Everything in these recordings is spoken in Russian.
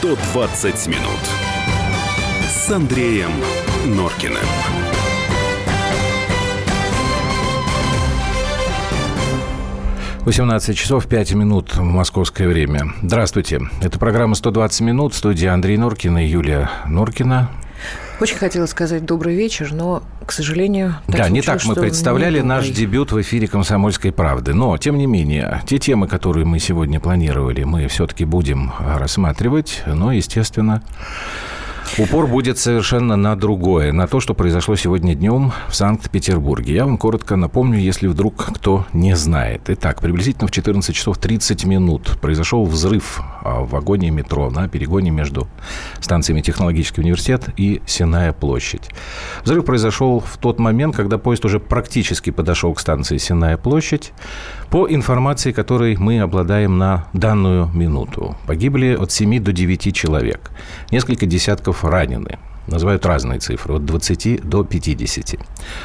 120 минут с Андреем Норкиным. — 18 часов 5 минут московское время. Здравствуйте. Это программа «120 минут». В студии Андрей Норкин и Юлия Норкина. Очень хотела сказать добрый вечер, но, к сожалению... Да, не так мы представляли наш дебют в эфире «Комсомольской правды». Но, тем не менее, те темы, которые мы сегодня планировали, мы все-таки будем рассматривать. Но, естественно, упор будет совершенно на другое, на то, что произошло сегодня днем в Санкт-Петербурге. Я вам коротко напомню, если вдруг кто не знает. Итак, приблизительно в 14 часов 30 минут произошел взрыв в вагоне метро на перегоне между станциями Технологический университет и Сенная площадь. Взрыв произошел в тот момент, когда поезд уже практически подошел к станции Сенная площадь. По информации, которой мы обладаем на данную минуту, погибли от 7 до 9 человек. Несколько десятков ранены. Называют разные цифры, от 20 до 50.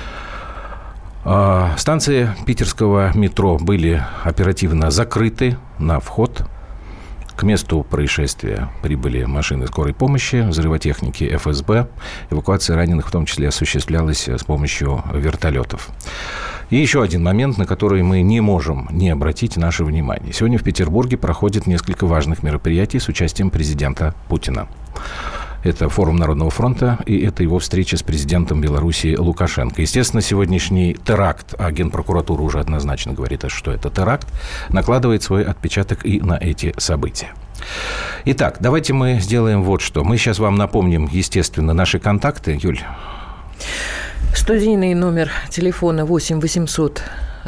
Станции питерского метро были оперативно закрыты на вход. К месту происшествия прибыли машины скорой помощи, взрывотехники ФСБ. Эвакуация раненых в том числе осуществлялась с помощью вертолетов. И еще один момент, на который мы не можем не обратить наше внимание. Сегодня в Петербурге проходит несколько важных мероприятий с участием президента Путина. Это форум Народного фронта, и это его встреча с президентом Беларуси Лукашенко. Естественно, сегодняшний теракт, а Генпрокуратура уже однозначно говорит, что это теракт, накладывает свой отпечаток и на эти события. Итак, давайте мы сделаем вот что. Мы сейчас вам напомним, естественно, наши контакты. Юль. Студийный номер телефона 8 800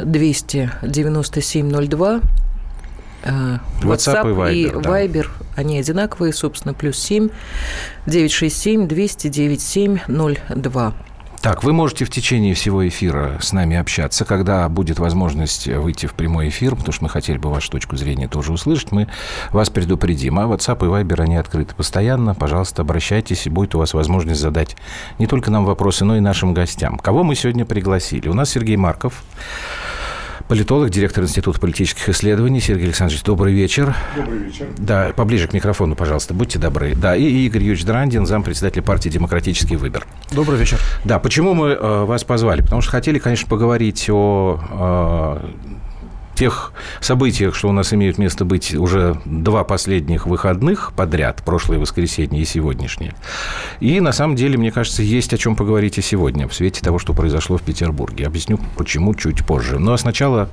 297 02. WhatsApp и Viber, они одинаковые, собственно, +7 967 209 702. Так, вы можете в течение всего эфира с нами общаться. Когда будет возможность выйти в прямой эфир, потому что мы хотели бы вашу точку зрения тоже услышать, мы вас предупредим. А WhatsApp и Viber, они открыты постоянно. Пожалуйста, обращайтесь, и будет у вас возможность задать не только нам вопросы, но и нашим гостям. Кого мы сегодня пригласили? У нас Сергей Марков, политолог, директор Института политических исследований. Сергей Александрович, добрый вечер. Добрый вечер. Да, поближе к микрофону, пожалуйста, будьте добры. Да, и Игорь Юрьевич Драндин, зампредседателя партии «Демократический выбор». Добрый вечер. Да, почему мы вас позвали? Потому что хотели, конечно, поговорить о тех событиях, что у нас имеют место быть уже 2 последних выходных подряд, прошлое воскресенье и сегодняшнее. И, на самом деле, мне кажется, есть о чем поговорить и сегодня, в свете того, что произошло в Петербурге. Объясню, почему, чуть позже. Но сначала,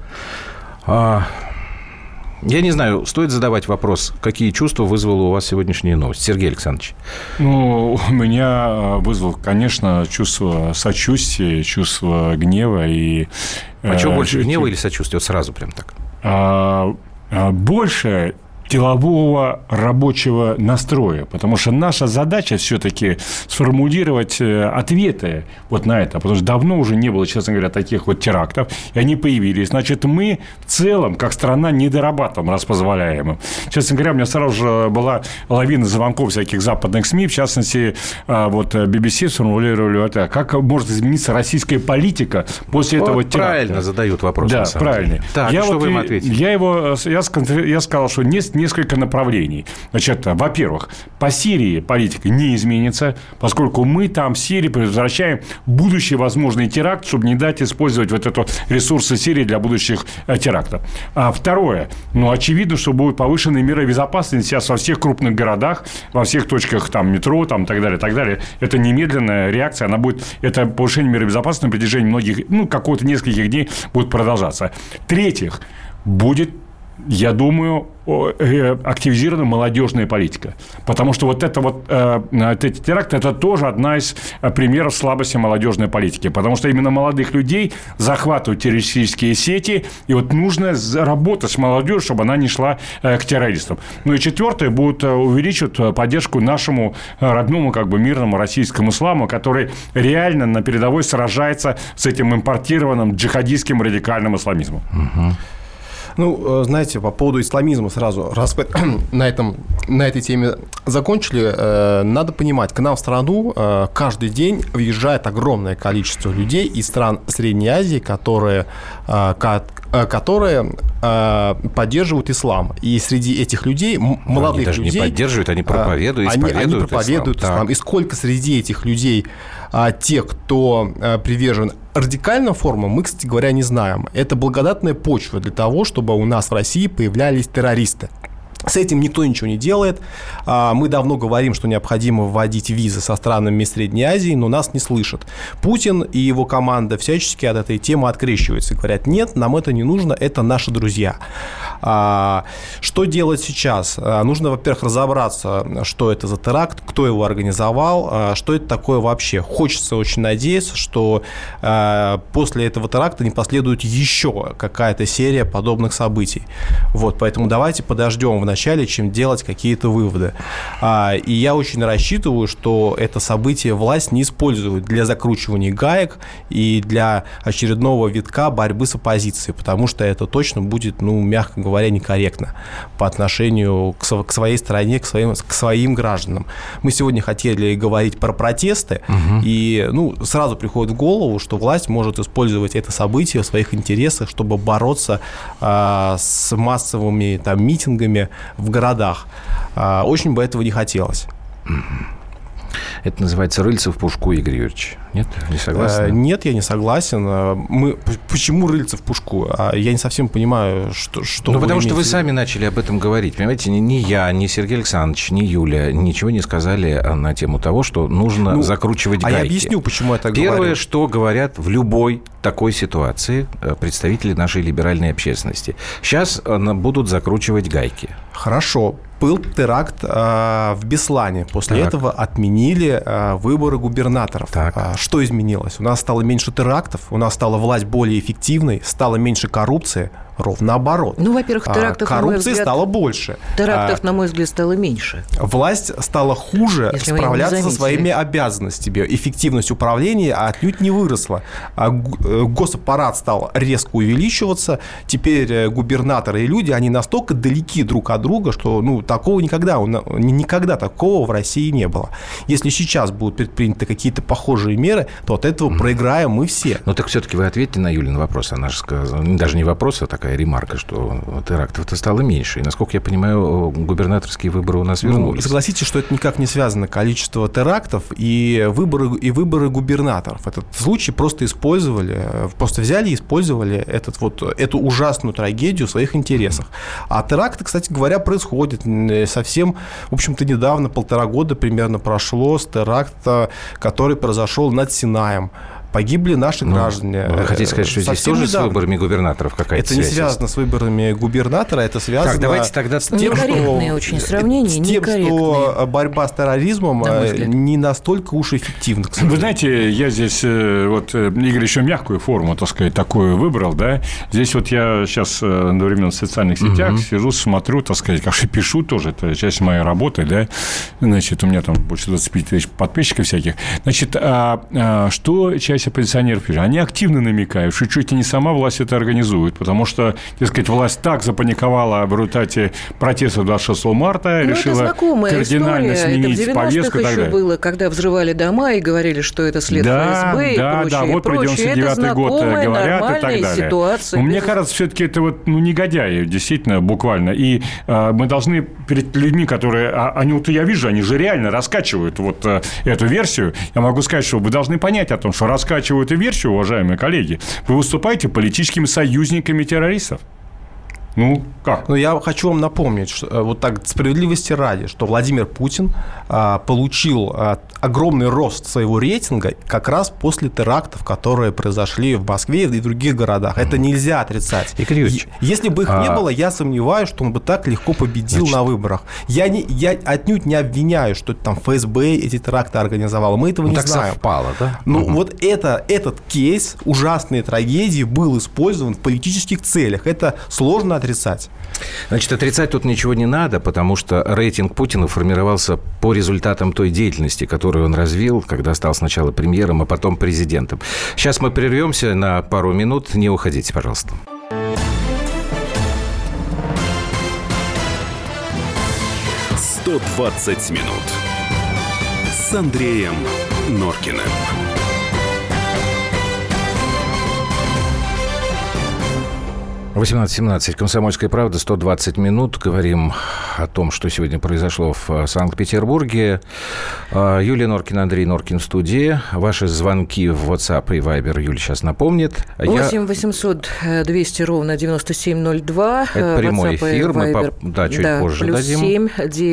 я не знаю, стоит задавать вопрос, какие чувства вызвала у вас сегодняшняя новость? Сергей Александрович. Ну, у меня вызвало, конечно, чувство сочувствия, чувство гнева и... А чего больше, гнева или сочувствия? Вот сразу прям так. Больше делового рабочего настроя, потому что наша задача все-таки сформулировать ответы вот на это, потому что давно уже не было, честно говоря, таких вот терактов, и они появились. Значит, мы в целом, как страна, не дорабатываем, раз позволяем. Честно говоря, у меня сразу же была лавина звонков всяких западных СМИ, в частности, вот BBC сформулировали это, как может измениться российская политика после вот этого теракта. Правильно задают вопрос. Да, правильно. Так, что вы им ответили? Я сказал, что несколько направлений. Значит, во-первых, по Сирии политика не изменится, поскольку мы там в Сирии предотвращаем будущий возможный теракт, чтобы не дать использовать вот это ресурсы Сирии для будущих терактов. А второе, очевидно, что будут повышены меры безопасности сейчас во всех крупных городах, во всех точках там метро, там, так далее, так далее. Это немедленная реакция, она будет, это повышение меры безопасности на протяжении многих, какого-то нескольких дней будет продолжаться. В-третьих, будет, я думаю, активизирована молодежная политика. Потому что вот эти теракты – это тоже одна из примеров слабости молодежной политики. Потому что именно молодых людей захватывают террористические сети, и вот нужно работать с молодежью, чтобы она не шла к террористам. Ну и четвертое, будут увеличивать поддержку нашему родному мирному российскому исламу, который реально на передовой сражается с этим импортированным джихадистским радикальным исламизмом. Угу. Ну, знаете, по поводу исламизма сразу, раз вы на этой теме закончили, надо понимать, к нам в страну каждый день въезжает огромное количество людей из стран Средней Азии, которые поддерживают ислам. И среди этих людей, молодых они людей... Они не поддерживают, они проповедуют, они проповедуют ислам. И сколько среди этих людей тех, кто привержен радикальным формам, мы, кстати говоря, не знаем. Это благодатная почва для того, чтобы у нас в России появлялись террористы. С этим никто ничего не делает. Мы давно говорим, что необходимо вводить визы со странами Средней Азии, но нас не слышат. Путин и его команда всячески от этой темы открещиваются и говорят: нет, нам это не нужно, это наши друзья. Что делать сейчас? Нужно, во-первых, разобраться, что это за теракт, кто его организовал, что это такое вообще. Хочется очень надеяться, что после этого теракта не последует еще какая-то серия подобных событий. Вот, поэтому давайте подождем вначале, чем делать какие-то выводы. И я очень рассчитываю, что это событие власть не использует для закручивания гаек и для очередного витка борьбы с оппозицией, потому что это точно будет, мягко говоря, некорректно по отношению к своей стране, к своим гражданам. Мы сегодня хотели говорить про протесты, и сразу приходит в голову, что власть может использовать это событие в своих интересах, чтобы бороться с массовыми митингами в городах. Очень бы этого не хотелось. Это называется рыльце в пушку, Игорь Юрьевич. Нет? Не согласны? Нет, я не согласен. Почему рыльце в пушку? Я не совсем понимаю, что потому что вы сами начали об этом говорить. Понимаете, ни я, ни Сергей Александрович, ни Юля ничего не сказали на тему того, что нужно закручивать гайки. Я объясню, почему я так говорю. Первое, что говорят в любой такой ситуации представители нашей либеральной общественности. Сейчас будут закручивать гайки. Хорошо. Был теракт в Беслане. После этого отменили выборы губернаторов. Что изменилось? У нас стало меньше терактов, у нас стала власть более эффективной, стало меньше коррупции. Ровно наоборот. Во-первых, терактов, коррупции стало больше. Терактов, на мой взгляд, стало меньше. Власть стала хуже справляться со своими обязанностями. Эффективность управления отнюдь не выросла. Госаппарат стал резко увеличиваться. Теперь губернаторы и люди, они настолько далеки друг от друга, что такого никогда такого в России не было. Если сейчас будут предприняты какие-то похожие меры, то от этого проиграем мы все. Так все-таки вы ответьте на Юлин вопрос. Она же сказала, даже не вопрос, а такая ремарка, что терактов-то стало меньше. И, насколько я понимаю, губернаторские выборы у нас вернулись. Согласитесь, что это никак не связано количество терактов и выборы губернаторов. Этот случай просто взяли и использовали эту ужасную трагедию в своих интересах. А теракты, кстати говоря, происходят совсем, в общем-то, недавно, 1,5 года примерно прошло с теракта, который произошел над Синаем. Погибли наши граждане. Вы хотите сказать, что здесь тоже с выборами губернаторов какая-то связь? Это не связано с выборами губернатора, это связано давайте тогда с тем, что борьба с терроризмом не настолько уж эффективна. Вы знаете, я здесь, Игорь еще мягкую форму, такую выбрал, да. Здесь я сейчас одновременно в социальных сетях сижу, смотрю, как пишу тоже, это часть моей работы, да. Значит, у меня там больше 25 тысяч подписчиков всяких. Значит, что часть оппозиционеров пишут? Они активно намекают, что чуть ли не сама власть это организует, потому что, власть так запаниковала в результате протеста 26 марта, решила кардинально сменить повестку и так далее. Это было, когда взрывали дома и говорили, что это след ФСБ и прочее. Вот про 99-й год говорят и так далее. Мне кажется, все-таки это негодяи, действительно, буквально. И мы должны перед людьми, которые... я вижу, они же реально раскачивают эту версию. Я могу сказать, что вы должны понять о том, что раскачивают и версию, уважаемые коллеги, вы выступаете политическими союзниками террористов. Как? Я хочу вам напомнить, что справедливости ради, что Владимир Путин получил огромный рост своего рейтинга как раз после терактов, которые произошли в Москве и в других городах. Это нельзя отрицать. Игорь Юрьевич, если бы их не было, я сомневаюсь, что он бы так легко победил на выборах. Я отнюдь не обвиняю, что там ФСБ эти теракты организовало. Мы этого не знаем. Так совпало, да? Этот кейс ужасной трагедии был использован в политических целях. Это сложно отрицать. Значит, отрицать тут ничего не надо, потому что рейтинг Путина формировался по результатам той деятельности, которую он развил, когда стал сначала премьером, а потом президентом. Сейчас мы прервемся на пару минут. Не уходите, пожалуйста. 120 минут с Андреем Норкиным. 18:17. «Комсомольская правда», 120 минут. Говорим о том, что сегодня произошло в Санкт-Петербурге. Юлия Норкина, Андрей Норкин в студии. Ваши звонки в WhatsApp и Viber Юля сейчас напомнит. 8 800 200 ровно 9702. Это прямой эфир. Мы чуть позже плюс дадим. 7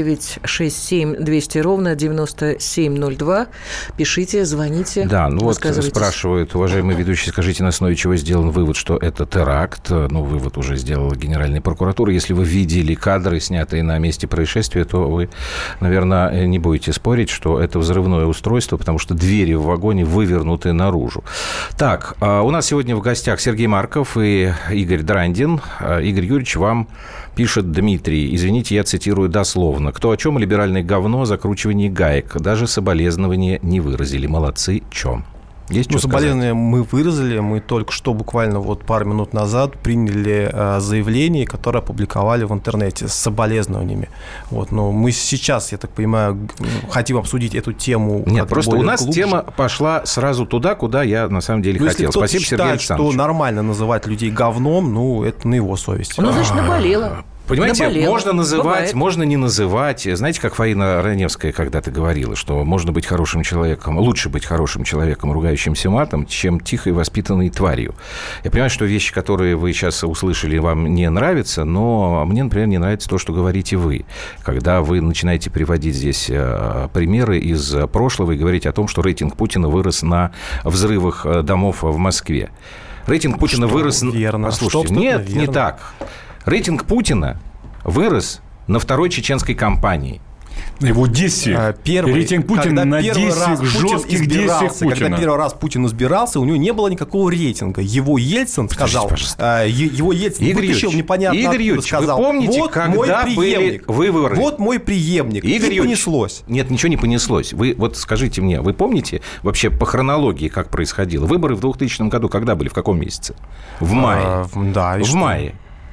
967 200 ровно 9702. Пишите, звоните. Да, ну вот спрашивают, уважаемые ведущие, скажите, на основе чего сделан вывод, что это теракт? Вывод уже сделала Генеральная прокуратура. Если вы видели кадры, снятые на месте происшествия, то вы, наверное, не будете спорить, что это взрывное устройство, потому что двери в вагоне вывернуты наружу. Так, у нас сегодня в гостях Сергей Марков и Игорь Драндин. Игорь Юрьевич, вам пишет Дмитрий. Извините, я цитирую дословно. «Кто о чем? Либеральное говно, закручивание гаек. Даже соболезнования не выразили. Молодцы, чё?» Есть что соболезнования мы выразили. Мы только что, буквально пару минут назад, приняли заявление, которое опубликовали в интернете с соболезнованиями. Но мы сейчас, я так понимаю, хотим обсудить эту тему. Нет, просто у нас тема пошла сразу туда, куда я на самом деле хотел. Спасибо, Сергей Александрович. Что нормально называть людей говном, это на его совести. Значит, наболело. Понимаете, наболело. Можно называть, Бывает. Можно не называть. Знаете, как Фаина Раневская когда-то говорила, что можно быть хорошим человеком, лучше быть хорошим человеком, ругающимся матом, чем тихой воспитанной тварью. Я понимаю, что вещи, которые вы сейчас услышали, вам не нравятся, но мне, например, не нравится то, что говорите вы. Когда вы начинаете приводить здесь примеры из прошлого и говорить о том, что рейтинг Путина вырос на взрывах домов в Москве. Рейтинг Путина вырос... Верно. Послушайте, нет, не так. Рейтинг Путина вырос на второй чеченской кампании. На его действиях. Рейтинг Путина на действиях, жестких действиях Путина. Когда первый раз Путин избирался, у него не было никакого рейтинга. Его Ельцин сказал... Его Ельцин вытащил непонятно Игорь Юрьевич, сказал, вы помните, вот когда мой преемник, были выборы? Вот мой преемник. Игорь И понеслось. Нет, ничего не понеслось. Вы скажите мне, вы помните вообще по хронологии, как происходило? Выборы в 2000 году когда были? В каком месяце? В мае. В мае.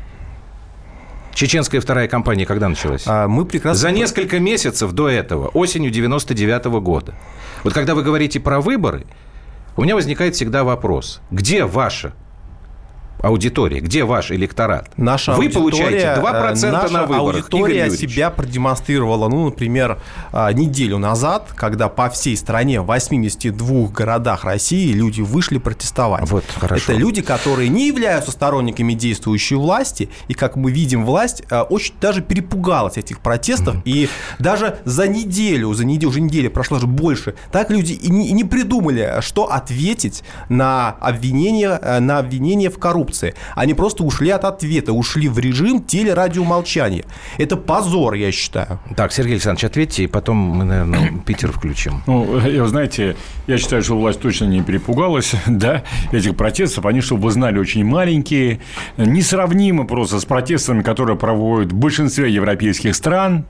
Чеченская вторая кампания когда началась? Мы прекрасно... За несколько месяцев до этого, осенью 99-го года. Вот когда вы говорите про выборы, у меня возникает всегда вопрос. Где ваша аудитория, где ваш электорат? Вы получаете 2% на выборах. Аудитория себя продемонстрировала, например, неделю назад, когда по всей стране в 82 городах России люди вышли протестовать. Вот, хорошо. Это люди, которые не являются сторонниками действующей власти, и, как мы видим, власть очень даже перепугалась этих протестов, и даже за неделю, уже неделя прошла же больше, так люди и не придумали, что ответить на обвинение в коррупции. Они просто ушли от ответа, ушли в режим телерадиомолчания. Это позор, я считаю. Так, Сергей Александрович, ответьте, и потом мы, наверное, Питер включим. Знаете, я считаю, что власть точно не перепугалась, этих протестов. Они, чтобы вы знали, очень маленькие, несравнимы просто с протестами, которые проводят в большинстве европейских стран,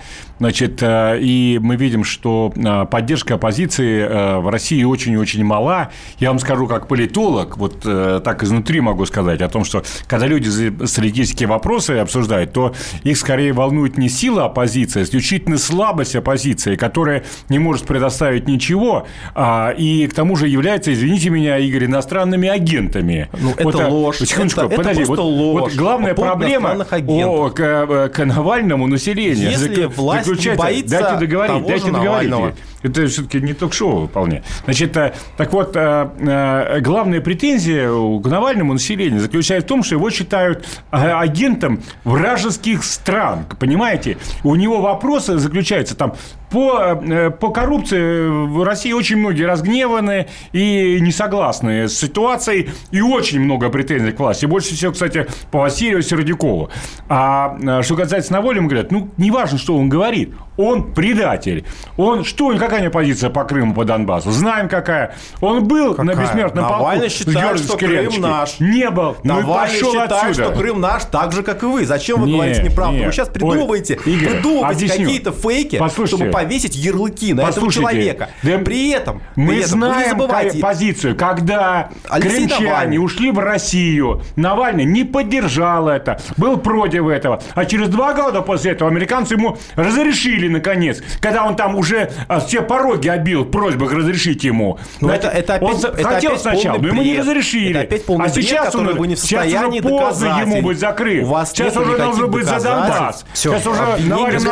и мы видим, что поддержка оппозиции в России очень-очень мала. Я вам скажу, как политолог, так изнутри могу сказать о том, что когда люди стратегические вопросы обсуждают, то их скорее волнует не сила оппозиции, а исключительно слабость оппозиции, которая не может предоставить ничего, и к тому же является, извините меня, Игорь, иностранными агентами. Это ложь. Секундочку, подожди. Ложь. Главная проблема к Навальному населению. Если власть не боится дайте договорить. Навального. Это все-таки не ток-шоу вполне. Значит, так вот, главная претензия к Навальному населению заключается в том, что его считают агентом вражеских стран. Понимаете? У него вопросы заключаются там по коррупции в России очень многие разгневаны и не согласны с ситуацией, и очень много претензий к власти. Больше всего, кстати, по Василию Сердюкову. А что касается Навального, говорят, не важно, что он говорит. он предатель. Какая у него позиция по Крыму, по Донбассу? Знаем, какая. Он был на бессмертном полку. Навальный считает, что Крым наш. Не был. Навальный считает, что Крым наш так же, как и вы. Зачем вы говорите неправду? Вы сейчас придумываете какие-то фейки, чтобы повесить ярлыки на этого человека. При этом мы знаем позицию. Когда крымчане ушли в Россию, Навальный не поддержал это, был против этого. А через 2 года после этого американцы ему разрешили, наконец, когда он там уже все пороги обил в просьбах разрешить ему. Он хотел сначала, но ему не разрешили. А сейчас он вы не в состоянии доказать. Ему быть закрыт. Сейчас уже должен быть за Донбасс. Сейчас уже Навальный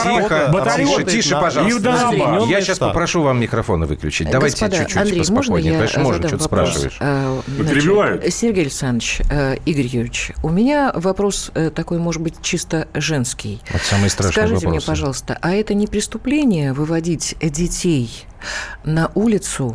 тише, пожалуйста. Я сейчас попрошу вам микрофоны выключить. Давайте чуть-чуть поспокойнее. Конечно, можно, что-то спрашиваешь. Сергей Александрович, Игорь Юрьевич, у меня вопрос такой, может быть, чисто женский. Это самый страшный Скажите вопрос. мне, пожалуйста, а это не преступление выводить детей на улицу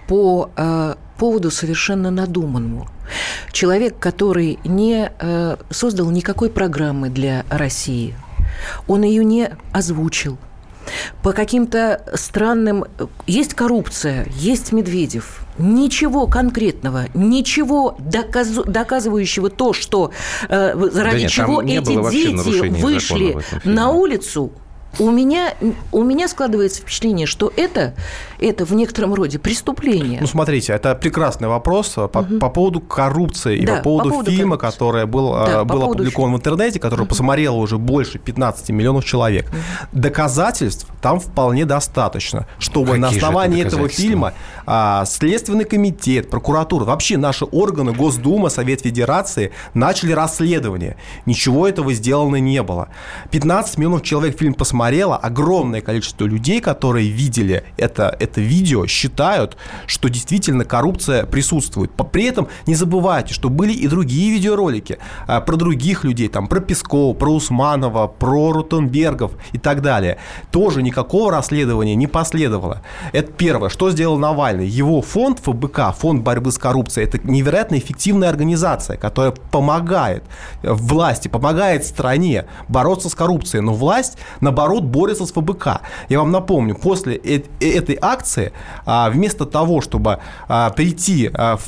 по поводу совершенно надуманному? Человек, который не создал никакой программы для России, он ее не озвучил. По каким-то странным... Есть коррупция, есть Медведев. Ничего конкретного, ничего доказывающего то, что ради чего эти дети вышли на улицу. У меня складывается впечатление, что это в некотором роде преступление. Ну, смотрите, это прекрасный вопрос по поводу коррупции и по поводу фильма, который был опубликован в интернете, который посмотрело уже больше 15 миллионов человек. Доказательств там вполне достаточно, чтобы на основании этого фильма Следственный комитет, прокуратура, вообще наши органы, Госдума, Совет Федерации начали расследование. Ничего этого сделано не было. 15 миллионов человек фильм посмотрели. Огромное количество людей, которые видели это видео, считают, что действительно коррупция присутствует. При этом не забывайте, что были и другие видеоролики про других людей, там, про Пескова, про Усманова, про Ротенбергов и так далее. Тоже никакого расследования не последовало. Это первое. Что сделал Навальный? Его фонд ФБК, фонд борьбы с коррупцией, это невероятно эффективная организация, которая помогает власти, помогает стране бороться с коррупцией. Но власть, наоборот, борется с ФБК. Я вам напомню, после этой акции, вместо того, чтобы прийти в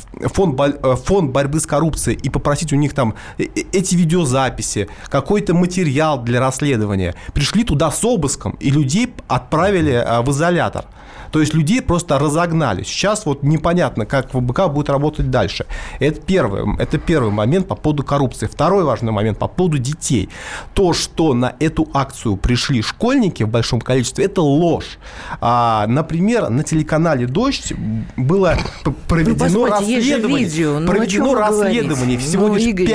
фонд борьбы с коррупцией и попросить у них там эти видеозаписи, какой-то материал для расследования, пришли туда с обыском и людей отправили в изолятор. То есть людей просто разогнали. Сейчас вот непонятно, как ФБК будет работать дальше. Это первый момент по поводу коррупции. Второй важный момент по поводу детей. То, что на эту акцию пришли школьники в большом количестве, это ложь. Например, на телеканале «Дождь» было проведено расследование. Всего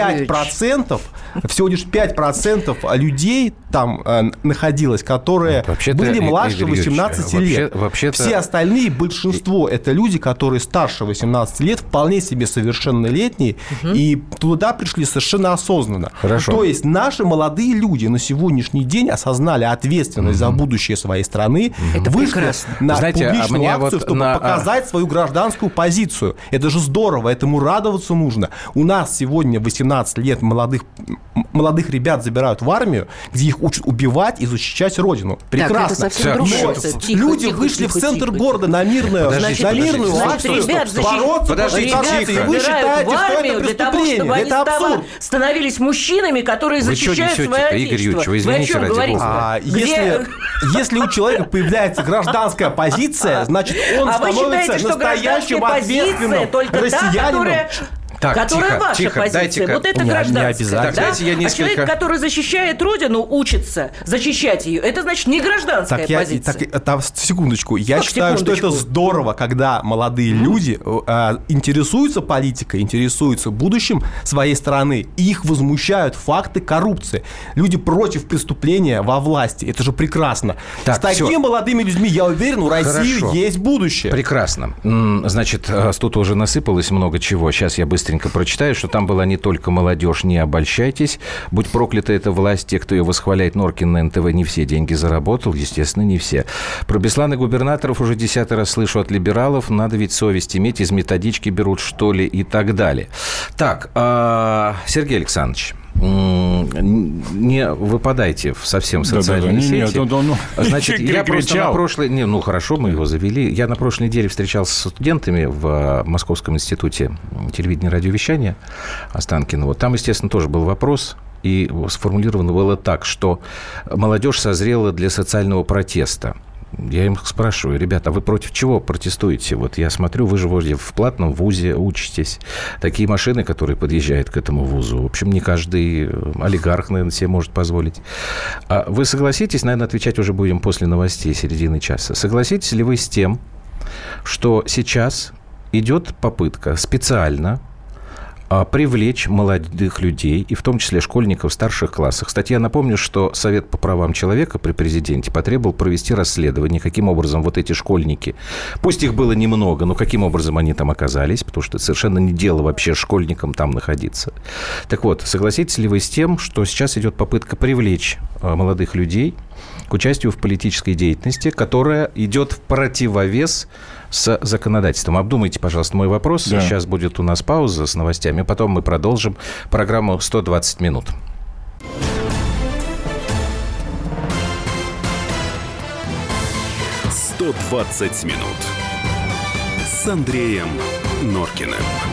лишь 5% людей там находилось, которые были младше 18 лет. Все остальные, большинство, это люди, которые старше 18 лет, вполне себе совершеннолетние, и туда пришли совершенно осознанно. Хорошо. То есть наши молодые люди на сегодняшний день осознали ответственность за будущее своей страны, вышли на публичную акцию, чтобы показать свою гражданскую позицию. Это же здорово, этому радоваться нужно. У нас сегодня 18 лет молодых ребят забирают в армию, где их учат убивать и защищать Родину. Прекрасно. Так, но люди вышли в центр города на мирную акцию бороться. И вы считаете, что это преступление. Это абсурд. Становились мужчинами, которые защищают свое отечество. Игорь Юрьевич, вы извините, ради бога. Если у человека появляется гражданская позиция, значит, он становится настоящим ответственным россиянином. Которая ваша позиция. Вот это гражданская. А человек, который защищает Родину, учится защищать ее, это значит не гражданская позиция. Секундочку. Я считаю, что это здорово, когда молодые люди интересуются политикой, интересуются будущим своей страны, и их возмущают факты коррупции. Люди против преступления во власти. Это же прекрасно. С такими молодыми людьми, я уверен, у России есть будущее. Прекрасно. Значит, тут уже насыпалось много чего. Сейчас я быстренько прочитаю, что там была не только молодежь, не обольщайтесь. Будь проклята эта власть, те, кто ее восхваляет, Норкин на НТВ не все деньги заработал, естественно, не все. Про Беслана губернаторов уже 10-й раз слышу от либералов, надо ведь совесть иметь, из методички берут, что ли, и так далее. Так, Сергей Александрович, не выпадайте совсем в социальные сети. Значит, я просто на прошлой... хорошо, мы его завели. Я на прошлой неделе встречался с студентами в Московском институте телевидения и радиовещания Останкино. Там, естественно, тоже был вопрос. И сформулировано было так, что молодежь созрела для социального протеста. Я им спрашиваю: ребята, а вы против чего протестуете? Вот я смотрю, вы же вроде в платном вузе учитесь. Такие машины, которые подъезжают к этому вузу, в общем, не каждый олигарх, наверное, себе может позволить. А вы согласитесь, наверное, отвечать уже будем после новостей середины часа. Согласитесь ли вы с тем, что сейчас идет попытка специально привлечь молодых людей, и в том числе школьников в старших классах? Кстати, я напомню, что Совет по правам человека при президенте потребовал провести расследование, каким образом вот эти школьники, пусть их было немного, но каким образом они там оказались, потому что это совершенно не дело вообще школьникам там находиться. Так вот, согласитесь ли вы с тем, что сейчас идет попытка привлечь молодых людей к участию в политической деятельности, которая идет в противовес с законодательством? Обдумайте, пожалуйста, мой вопрос. Да. Сейчас будет у нас пауза с новостями, потом мы продолжим программу «120 минут». «120 минут» с Андреем Норкиным.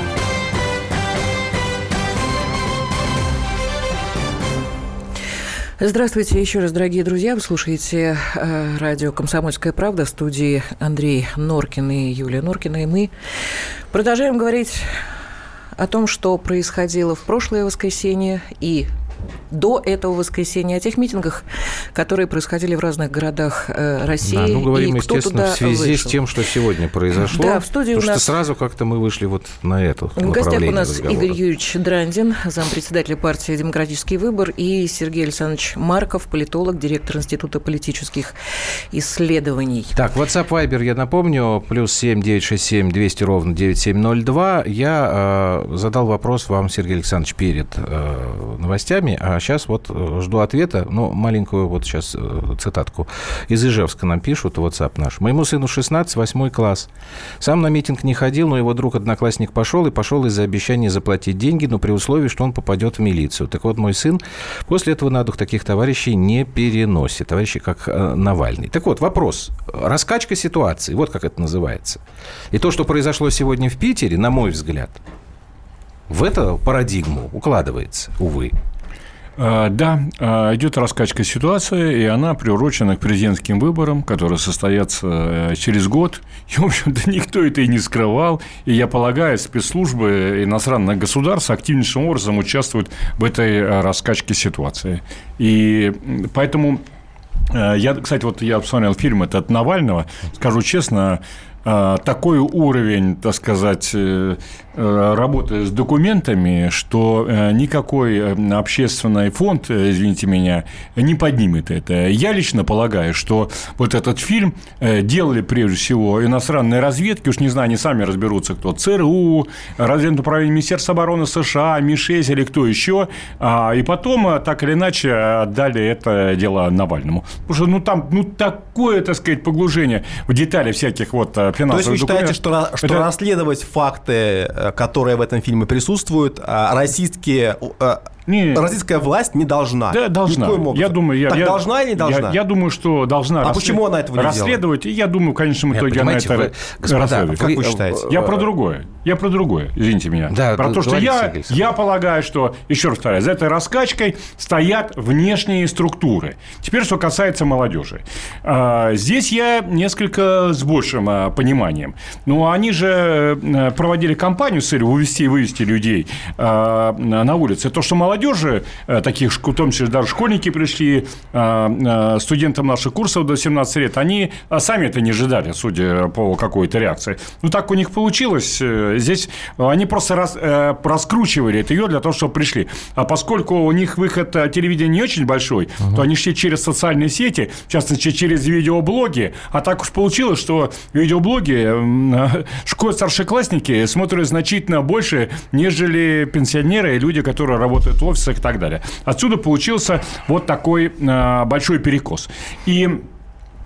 Здравствуйте еще раз, дорогие друзья. Вы слушаете радио «Комсомольская правда», в студии Андрей Норкин и Юлия Норкина. И мы продолжаем говорить о том, что происходило в прошлое воскресенье и до этого воскресенья, о тех митингах, которые происходили в разных городах России. Да, говорим, и кто естественно, туда в связи вышел. С тем, что сегодня произошло. Да, в студии потому у нас... что сразу как-то мы вышли вот на это В гостях у нас разговора. Игорь Юрьевич Драндин, зампредседателя партии «Демократический выбор», и Сергей Александрович Марков, политолог, директор Института политических исследований. Так, WhatsApp, Viber, я напомню, +7 967 200 9702. Я задал вопрос вам, Сергей Александрович, перед новостями, а сейчас вот жду ответа. Маленькую вот сейчас цитатку. Из Ижевска нам пишут, WhatsApp наш. Моему сыну 16, 8 класс. Сам на митинг не ходил, но его друг-одноклассник пошел из-за обещания заплатить деньги, но при условии, что он попадет в милицию. Так вот, мой сын после этого на дух таких товарищей не переносит. Товарищи как Навальный. Так вот, вопрос. Раскачка ситуации. Вот как это называется. И то, что произошло сегодня в Питере, на мой взгляд, в эту парадигму укладывается, увы. Да, идет раскачка ситуации, и она приурочена к президентским выборам, которые состоятся через год. И, в общем-то, никто это и не скрывал. И, я полагаю, спецслужбы иностранных государств активнейшим образом участвуют в этой раскачке ситуации. И поэтому... Кстати, я посмотрел фильм этот Навального. Скажу честно, такой уровень, так сказать, работы с документами, что никакой общественный фонд, извините меня, не поднимет это. Я лично полагаю, что вот этот фильм делали прежде всего иностранные разведки, уж не знаю, они сами разберутся, кто, ЦРУ, разведное управление Министерства обороны США, МИ-6 или кто еще, и потом так или иначе отдали это дело Навальному. Потому что там такое, так сказать, погружение в детали всяких финансовых документов. То есть вы считаете, что расследовать факты, которые в этом фильме присутствуют, российская власть не должна? Да, должна. Я думаю, должна или не должна? Я думаю, что должна. Почему она этого не расследовать? И я думаю, в конечном итоге она это расследует. Как вы считаете? Я про другое. Извините меня. Да, про то, что я полагаю, что, еще раз повторяю, за этой раскачкой стоят внешние структуры. Теперь, что касается молодежи. Здесь я несколько с большим пониманием. Они же проводили кампанию с целью вывести и вывести людей на улицы. То, что молодежи, таких, в том числе даже школьники пришли, студентам наших курсов до 17 лет, они сами это не ожидали, судя по какой-то реакции. Так у них получилось. Здесь они просто раскручивали это ее для того, чтобы пришли. А поскольку у них выход телевидения не очень большой, то они шли через социальные сети, в частности, через видеоблоги. А так уж получилось, что видеоблоги старшеклассники смотрят значительно больше, нежели пенсионеры и люди, которые работают в офисах и так далее. Отсюда получился вот такой большой перекос. И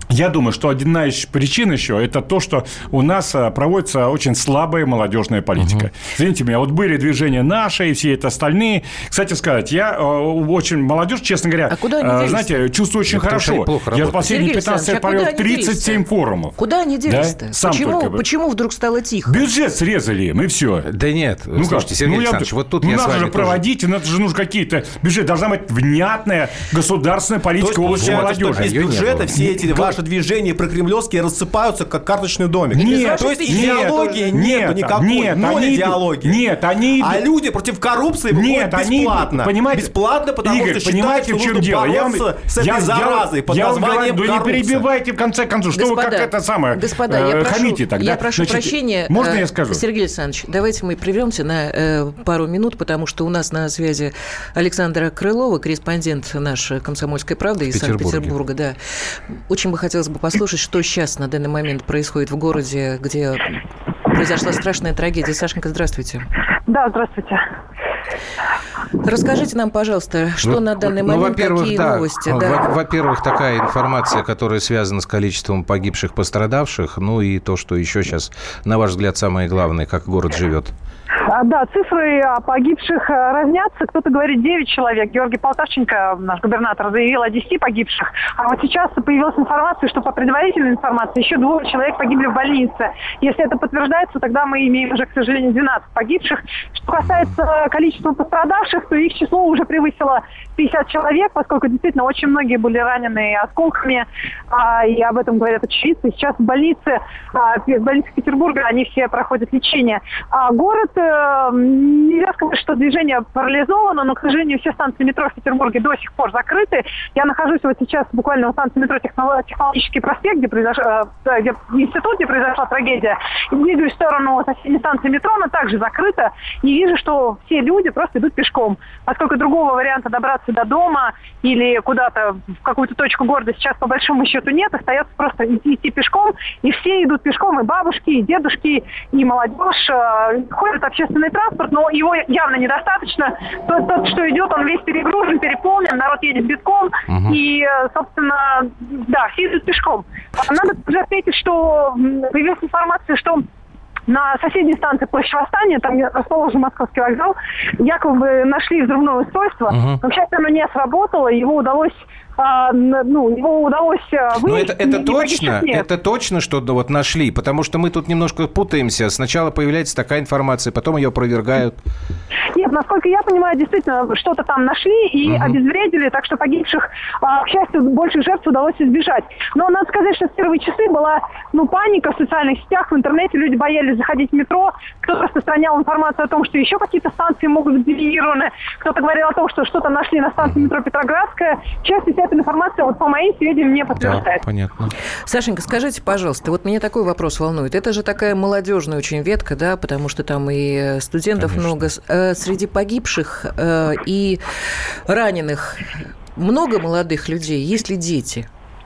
Я думаю, что одна из причин еще это то, что у нас проводится очень слабая молодежная политика. Извините меня, вот были движения наши и все это остальные. Кстати сказать, я очень молодежь, честно говоря, знаете, чувствую очень хорошо. Я в последние 15 лет провел 37 форумов. Куда они делись-то? Да? Почему вдруг стало тихо? Бюджет срезали им, и все. Да нет, слушайте, Сергей Александрович, вот тут я с вами надо же проводить, надо же нужны какие-то бюджеты. Должна быть внятная государственная политика в области молодежи. Без бюджета все эти ваши движения прокремлевские рассыпаются, как карточный домик. Нет, то есть идеологии нету никакой. Ноль идеологии. Нет, они идут. А люди против коррупции выходят бесплатно. Понимаете? Бесплатно, потому Игорь, что считают, что нужно бороться с этой заразой под названием коррупция. Не перебивайте, в конце концов. Что вы как это самое хамите тогда? Я прошу прощения. Можно я скажу? Сергей Александрович, давайте мы прервемся на пару минут, потому что у нас на связи Александра Крылова, корреспондент нашей «Комсомольской правды» из Санкт-Петербурга. Да. Очень бы хотелось послушать, что сейчас на данный момент происходит в городе, где произошла страшная трагедия. Сашенька, здравствуйте. Да, здравствуйте. Расскажите нам, пожалуйста, что на данный момент, какие новости? Во-первых, такая информация, которая связана с количеством погибших, пострадавших, ну и то, что еще сейчас, на ваш взгляд, самое главное, как город живет. Да, цифры погибших разнятся. Кто-то говорит 9 человек. Георгий Полтавченко, наш губернатор, заявил о 10 погибших. А вот сейчас появилась информация, что по предварительной информации еще 2 человек погибли в больнице. Если это подтверждается, тогда мы имеем уже, к сожалению, 12 погибших. Что касается количества пострадавших, то их число уже превысило 50 человек, поскольку действительно очень многие были ранены осколками, и об этом говорят очевидцы. Сейчас в больнице Петербурга они все проходят лечение. А город, нельзя сказать, что движение парализовано, но, к сожалению, все станции метро в Петербурге до сих пор закрыты. Я нахожусь вот сейчас буквально у станции метро Технологический проспект, где институт, где произошла трагедия, и двигаюсь в сторону соседней станции метро, она также закрыта, и вижу, что все люди просто идут пешком, поскольку другого варианта добраться до дома или куда-то в какую-то точку города сейчас по большому счету нет, остается просто идти пешком, и все идут пешком, и бабушки, и дедушки, и молодежь. Ходит общественный транспорт, но его явно недостаточно. Тот, что идет, он весь перегружен, переполнен, народ едет битком, и, собственно, да, все идут пешком. Надо также отметить, что появилась информация, что на соседней станции Площадь Восстания, там расположен Московский вокзал, якобы нашли взрывное устройство, но, к счастью, оно не сработало, его удалось выявить. Это точно, что вот нашли, потому что мы тут немножко путаемся. Сначала появляется такая информация, потом ее опровергают. Нет, насколько я понимаю, действительно, что-то там нашли и обезвредили, так что погибших, к счастью, больших жертв удалось избежать. Но надо сказать, что в первые часы была паника в социальных сетях, в интернете, люди боялись заходить в метро, кто-то распространял информацию о том, что еще какие-то станции могут быть девиированы, кто-то говорил о том, что что-то нашли на станции метро Петроградская. К счастью, вся эта информация, вот по моим сведениям, не подтверждается. Да, понятно. Сашенька, скажите, пожалуйста, вот меня такой вопрос волнует. Это же такая молодежная очень ветка, да, потому что там и студентов много. Среди погибших и раненых много молодых людей? Есть ли дети?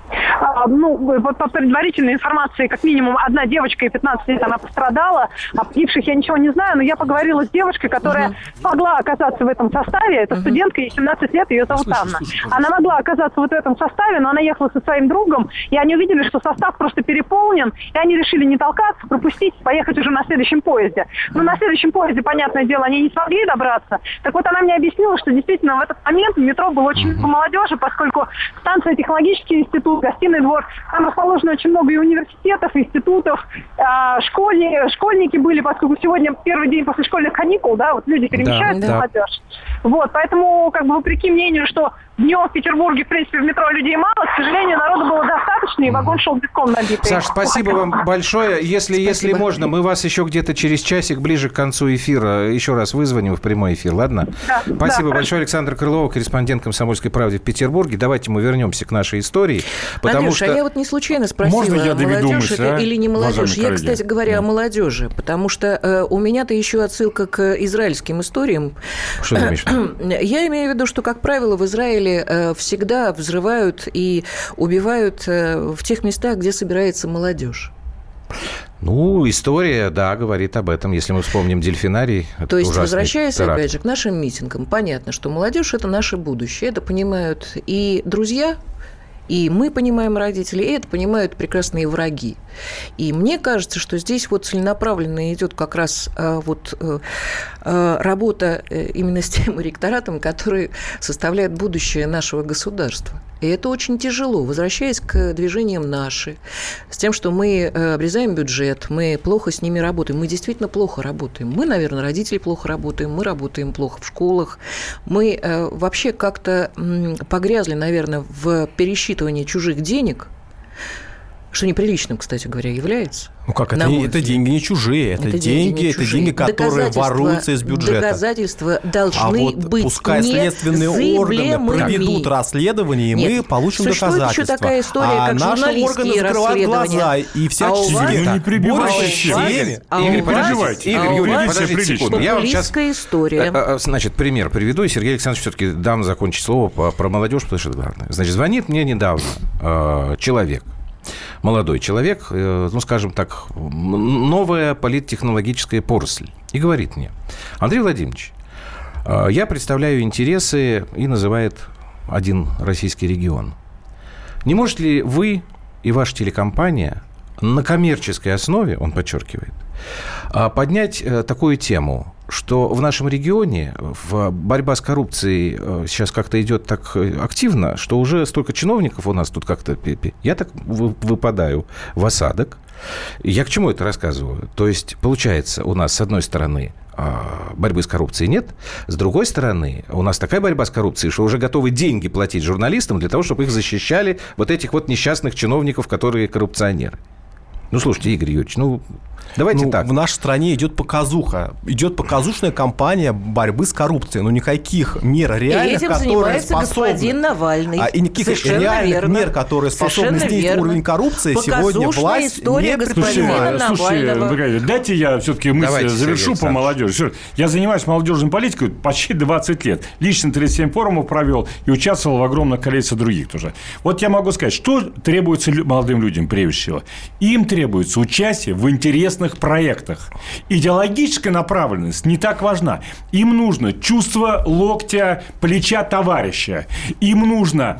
По предварительной информации, как минимум, одна девочка и 15 лет, она пострадала. О погибших я ничего не знаю, но я поговорила с девушкой, которая могла оказаться в этом составе. Это студентка, ей 17 лет, ее зовут Анна. Она могла оказаться вот в этом составе, но она ехала со своим другом, и они увидели, что состав просто переполнен, и они решили не толкаться, пропустить, поехать уже на следующем поезде. Но на следующем поезде, понятное дело, они не смогли добраться. Так вот, она мне объяснила, что действительно в этот момент в метро было очень много молодежи, поскольку станция Технологический институт, Гостиный двор, там расположено очень много и университетов, институтов, школьники были, поскольку сегодня первый день после школьных каникул, да, вот люди перемещаются, молодежь. Вот, поэтому, вопреки мнению, что днем в Петербурге, в принципе, в метро людей мало, к сожалению, народу было достаточно, и вагон шел битком набитый. Саш, спасибо вам большое. Если можно, мы вас еще где-то через часик, ближе к концу эфира, еще раз вызвоним в прямой эфир, ладно? Да, спасибо большое. Александр Крылова, корреспондент «Комсомольской правды» в Петербурге. Давайте мы вернемся к нашей истории. Андрюша, я вот не случайно спросила, молодежь это или не молодежь. Я, кстати говоря, о молодежи, потому что у меня-то еще отсылка к израильским историям. Что ты имеешь в виду? Я имею в виду, что, как правило, в Израиле всегда взрывают и убивают в тех местах, где собирается молодежь. История, да, говорит об этом, если мы вспомним дельфинарий. То есть, возвращаясь, опять же, к нашим митингам, понятно, что молодежь – это наше будущее, это понимают и друзья, И мы понимаем родителей, и это понимают прекрасные враги. И мне кажется, что здесь вот целенаправленно идет как раз работа именно с тем ректоратом, который составляет будущее нашего государства. И это очень тяжело. Возвращаясь к движениям «Наши», с тем, что мы обрезаем бюджет, мы плохо с ними работаем. Мы действительно плохо работаем. Мы, наверное, родители плохо работаем, мы работаем плохо в школах. Мы вообще как-то погрязли, наверное, в пересчитывании чужих денег, что неприличным, кстати говоря, является. Ну как, это деньги не чужие, это деньги, которые воруются из бюджета. Доказательства должны быть пускай следственные органы проведут расследование, и мы получим доказательства. Существует еще такая история, как журналистские органы закрывают глаза и всячески борются. Игорь Юрьевич, подождите секунду. Я вам сейчас, история. Значит, пример приведу, и Сергей Александрович все-таки дам закончить слово про молодежь, потому что это главное. Значит, звонит мне недавно человек, молодой человек, ну, скажем так, новая политтехнологическая поросль. И говорит мне: Андрей Владимирович, я представляю интересы, и называет один российский регион. Не можете ли вы и ваша телекомпания на коммерческой основе, он подчеркивает, поднять такую тему, что в нашем регионе борьба с коррупцией сейчас как-то идет так активно, что уже столько чиновников у нас тут как-то... Я так выпадаю в осадок. Я к чему это рассказываю? То есть, получается, у нас, с одной стороны, борьбы с коррупцией нет, с другой стороны, у нас такая борьба с коррупцией, что уже готовы деньги платить журналистам для того, чтобы их защищали вот этих вот несчастных чиновников, которые коррупционеры. Ну, слушайте, Игорь Юрьевич, давайте так. В нашей стране идет показуха. Идет показушная кампания борьбы с коррупцией. Но никаких мер реальных, которые способны... господин Навальный. И никаких реальных мер, которые способны снизить уровень коррупции, сегодня власть не предпринимает. Слушайте, дайте я все-таки мысль завершу по молодежи. Я занимаюсь молодежной политикой почти 20 лет. Лично 37 форумов провел и участвовал в огромном количестве других тоже. Вот я могу сказать, что требуется молодым людям прежде всего. Им требуется участие в интересных проектах. Идеологическая направленность не так важна. Им нужно чувство локтя, плеча товарища. Им нужно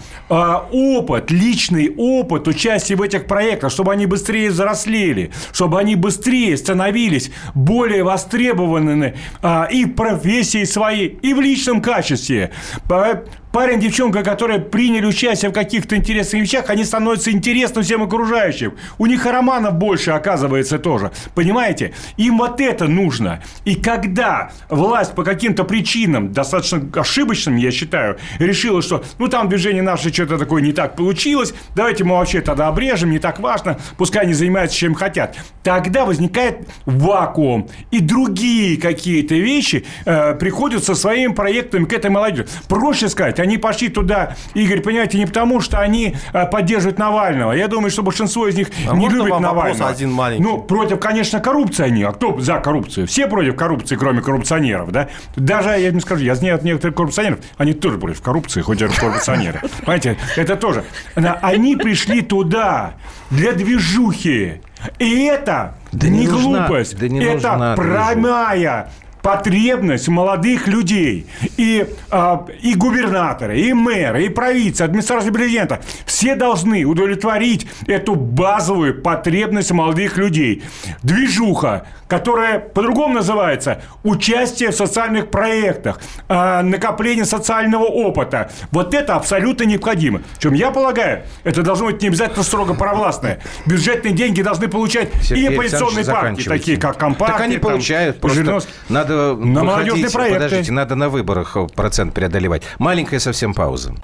опыт, личный опыт участия в этих проектах, чтобы они быстрее взрослели, чтобы они быстрее становились более востребованными и в профессии своей, и в личном качестве. Парень, девчонка, которые приняли участие в каких-то интересных вещах, они становятся интересны всем окружающим. У них и романов больше, оказывается, тоже. Понимаете? Им вот это нужно. И когда власть по каким-то причинам, достаточно ошибочным, я считаю, решила, что там движение наше что-то такое не так получилось, давайте мы вообще тогда обрежем, не так важно, пускай они занимаются чем хотят. Тогда возникает вакуум. И другие какие-то вещи приходят со своими проектами к этой молодежи. Проще сказать, они пошли туда, Игорь, понимаете, не потому, что они поддерживают Навального. Я думаю, что большинство из них не любит Навального. Один маленький. Против, конечно, коррупции они. А кто за коррупцию? Все против коррупции, кроме коррупционеров, да? Даже, я им скажу, я знаю от некоторых коррупционеров, они тоже против коррупции, хоть и коррупционеры. Понимаете, это тоже. Они пришли туда для движухи. И это не глупость, это прямая потребность молодых людей. И губернаторы, и мэры, и правительство, администрация президента. Все должны удовлетворить эту базовую потребность молодых людей. Движуха, которая по-другому называется участие в социальных проектах, накопление социального опыта. Вот это абсолютно необходимо. Причем, я полагаю, это должно быть не обязательно строго провластное. Бюджетные деньги должны получать и оппозиционные партии, такие как Компартия. Так они получают. Просто надо на молодежные проекты. Подождите, надо на выборах процент преодолевать. Маленькая совсем пауза.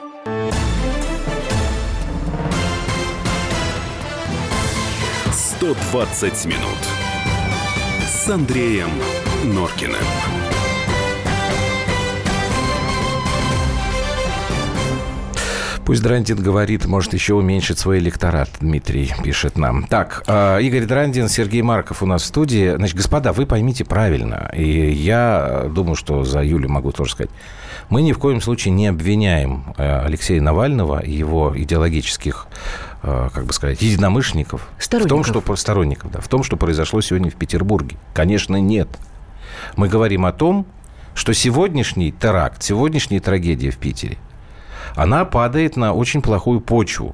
«120 минут» с Андреем Норкиным. Пусть Драндин говорит, может еще уменьшить свой электорат, Дмитрий пишет нам. Так, Игорь Драндин, Сергей Марков у нас в студии. Значит, господа, вы поймите правильно, и я думаю, что за Юлю могу тоже сказать. Мы ни в коем случае не обвиняем Алексея Навального и его идеологических, как бы сказать, единомышленников в том, что произошло сегодня в Петербурге. Конечно, нет. Мы говорим о том, что сегодняшний теракт, сегодняшняя трагедия в Питере, она падает на очень плохую почву.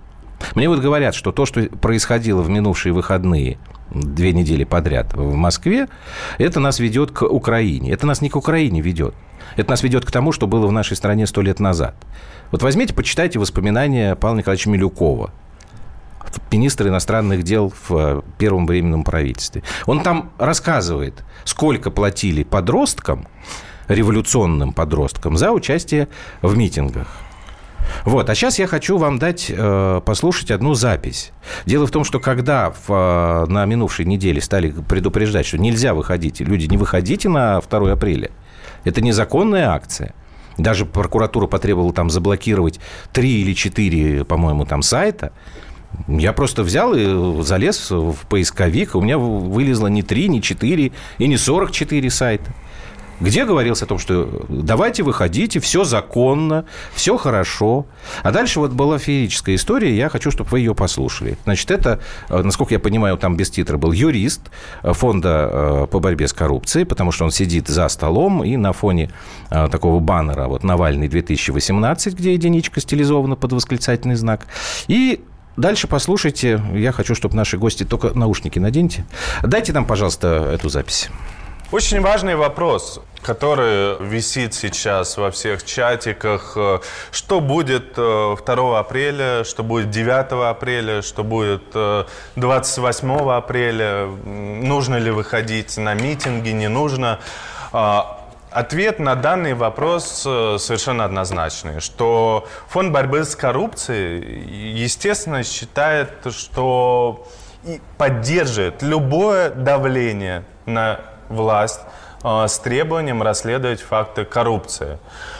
Мне вот говорят, что то, что происходило в минувшие выходные 2 недели подряд в Москве, это нас ведет к Украине. Это нас не к Украине ведет. Это нас ведет к тому, что было в нашей стране 100 лет назад. Вот возьмите, почитайте воспоминания Павла Николаевича Милюкова, министра иностранных дел в первом временном правительстве. Он там рассказывает, сколько платили подросткам, революционным подросткам, за участие в митингах. Вот. А сейчас я хочу вам дать послушать одну запись. Дело в том, что когда на минувшей неделе стали предупреждать, что нельзя выходить, люди, не выходите на 2 апреля, это незаконная акция. Даже прокуратура потребовала там заблокировать 3 или 4, по-моему, там сайта. Я просто взял и залез в поисковик, у меня вылезло не 3, не 4 и не 44 сайта, где говорилось о том, что давайте выходите, все законно, все хорошо. А дальше вот была феерическая история, я хочу, чтобы вы ее послушали. Значит, это, насколько я понимаю, там без титра был юрист фонда по борьбе с коррупцией, потому что он сидит за столом и на фоне такого баннера вот «Навальный 2018», где единичка стилизована под восклицательный знак. И дальше послушайте. Я хочу, чтобы наши гости... Только наушники наденьте. Дайте нам, пожалуйста, эту запись. Очень важный вопрос, который висит сейчас во всех чатиках. Что будет 2 апреля, что будет 9 апреля, что будет 28 апреля, нужно ли выходить на митинги, не нужно. Ответ на данный вопрос совершенно однозначный, что Фонд борьбы с коррупцией, естественно, считает, что поддерживает любое давление на власть с требованием расследовать факты коррупции.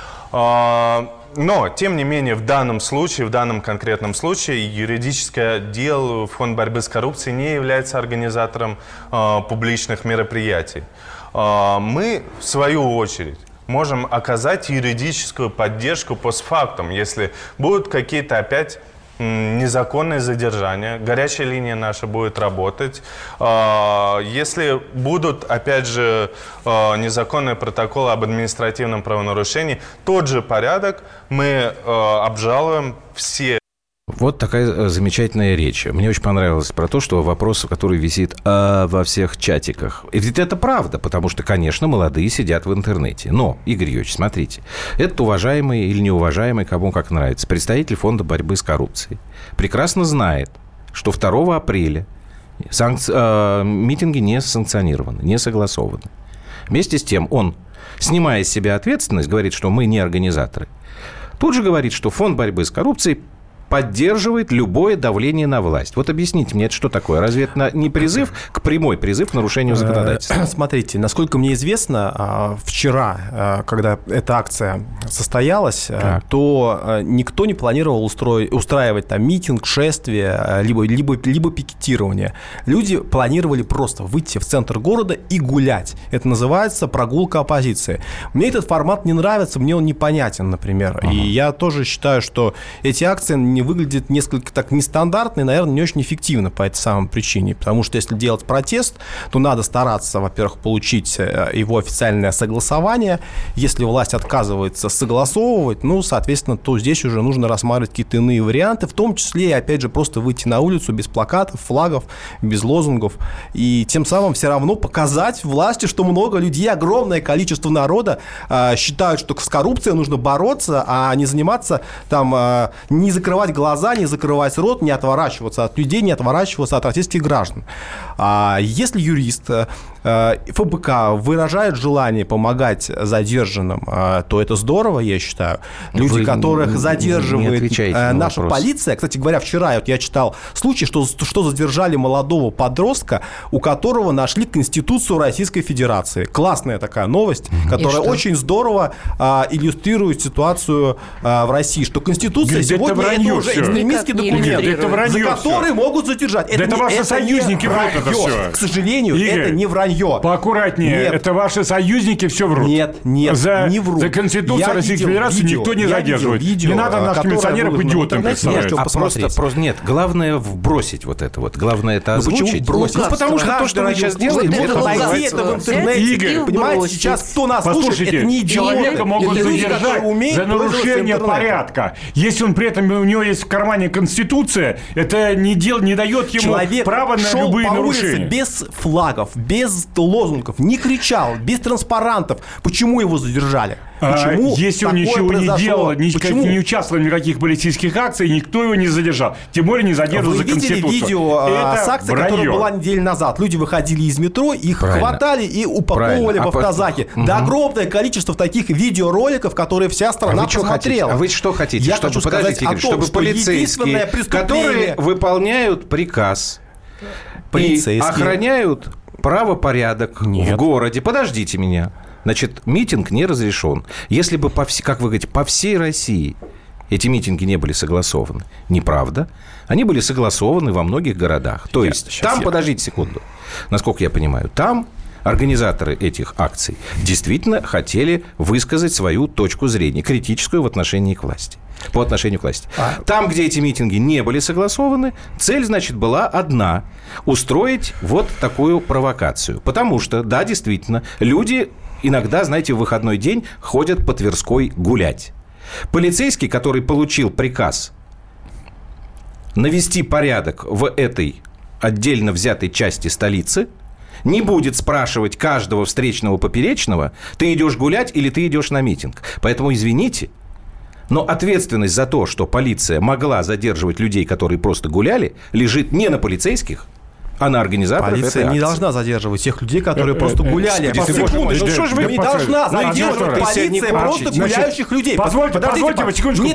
Но, тем не менее, в данном случае, в данном конкретном случае, юридический отдел Фонда борьбы с коррупцией не является организатором публичных мероприятий. Мы, в свою очередь, можем оказать юридическую поддержку постфактум, если будут какие-то опять незаконные задержания, горячая линия наша будет работать. Если будут, опять же, незаконные протоколы об административном правонарушении, тот же порядок мы обжалуем все. Вот такая замечательная речь. Мне очень понравилось про то, что вопрос, который висит во всех чатиках. И ведь это правда, потому что, конечно, молодые сидят в интернете. Но, Игорь Юрьевич, смотрите, этот уважаемый или неуважаемый, кому как нравится, представитель Фонда борьбы с коррупцией прекрасно знает, что 2 апреля митинги не санкционированы, не согласованы. Вместе с тем он, снимая с себя ответственность, говорит, что мы не организаторы. Тут же говорит, что Фонд борьбы с коррупцией поддерживает любое давление на власть. Вот объясните мне, это что такое? Разве это не призыв прямой призыв к нарушению законодательства? Смотрите, насколько мне известно, вчера, когда эта акция состоялась, то никто не планировал устраивать там митинг, шествие, либо пикетирование. Люди планировали просто выйти в центр города и гулять. Это называется прогулка оппозиции. Мне этот формат не нравится, мне он непонятен, например. И я тоже считаю, что эти акции не выглядит несколько так нестандартно и, наверное, не очень эффективно по этой самой причине. Потому что если делать протест, то надо стараться, во-первых, получить его официальное согласование. Если власть отказывается согласовывать, ну, соответственно, то здесь уже нужно рассматривать какие-то иные варианты, в том числе, опять же, просто выйти на улицу без плакатов, флагов, без лозунгов. И тем самым все равно показать власти, что много людей, огромное количество народа считают, что с коррупцией нужно бороться, а не заниматься там, не закрывать глаза, не закрывать рот, не отворачиваться от людей, не отворачиваться от российских граждан. Если юрист ФБК выражает желание помогать задержанным, то это здорово, я считаю. Люди, которых задерживает наша полиция. Кстати говоря, вчера я читал случай, что задержали молодого подростка, у которого нашли Конституцию Российской Федерации. Классная такая новость, которая очень здорово иллюстрирует ситуацию в России, что Конституция сегодня это уже экстремистский документ, за который могут задержать. Это ваши союзники врут это все. К сожалению, это не вранье. вранье. Поаккуратнее. Нет. Это ваши союзники все врут. Нет, не врут. За Конституцию Российской Федерации никто не задерживает. Не надо наших милиционеров идиотами представлять. Нет, главное вбросить вот это вот. Главное это озвучить. Вбросить? Потому что то, что вы сейчас делаете, это найти это в интернете. Игорь, понимаете, сейчас кто нас слушает, это не идиоты. Человека могут задержать за нарушение порядка. Если он при этом, у него есть в кармане Конституция, это не дает ему права на любые нарушения. Без флагов, без лозунгов, не кричал, без транспарантов. Почему его задержали? Почему если он ничего не делал, не участвовал в никаких полицейских акциях, никто его не задержал. Тем более не задерживал за Конституцию. Вы видели видео с акции, которая была неделю назад? Люди выходили из метро, их хватали и упаковывали в автозаки. Да, огромное количество таких видеороликов, которые вся страна посмотрела. А вы что хотите? Я хочу сказать о том, чтобы что полицейские, которые выполняют приказ и охраняют правопорядок в городе. Подождите меня. Значит, митинг не разрешен. Если бы, как вы говорите, по всей России эти митинги не были согласованы. Неправда. Они были согласованы во многих городах. То есть, подождите секунду. Насколько я понимаю, там организаторы этих акций действительно хотели высказать свою точку зрения, критическую в отношении к власти. По отношению к власти. Там, где эти митинги не были согласованы, цель, значит, была одна – устроить вот такую провокацию. Потому что, да, действительно, люди иногда, знаете, в выходной день ходят по Тверской гулять. Полицейский, который получил приказ навести порядок в этой отдельно взятой части столицы, не будет спрашивать каждого встречного поперечного, ты идешь гулять или ты идешь на митинг. Поэтому, извините, но ответственность за то, что полиция могла задерживать людей, которые просто гуляли, лежит не на полицейских, а на организаторах этой акции. Полиция не должна задерживать тех людей, которые просто гуляли. Секунду, что же вы не должна задерживать полиция просто гуляющих людей? Позвольте секундочку,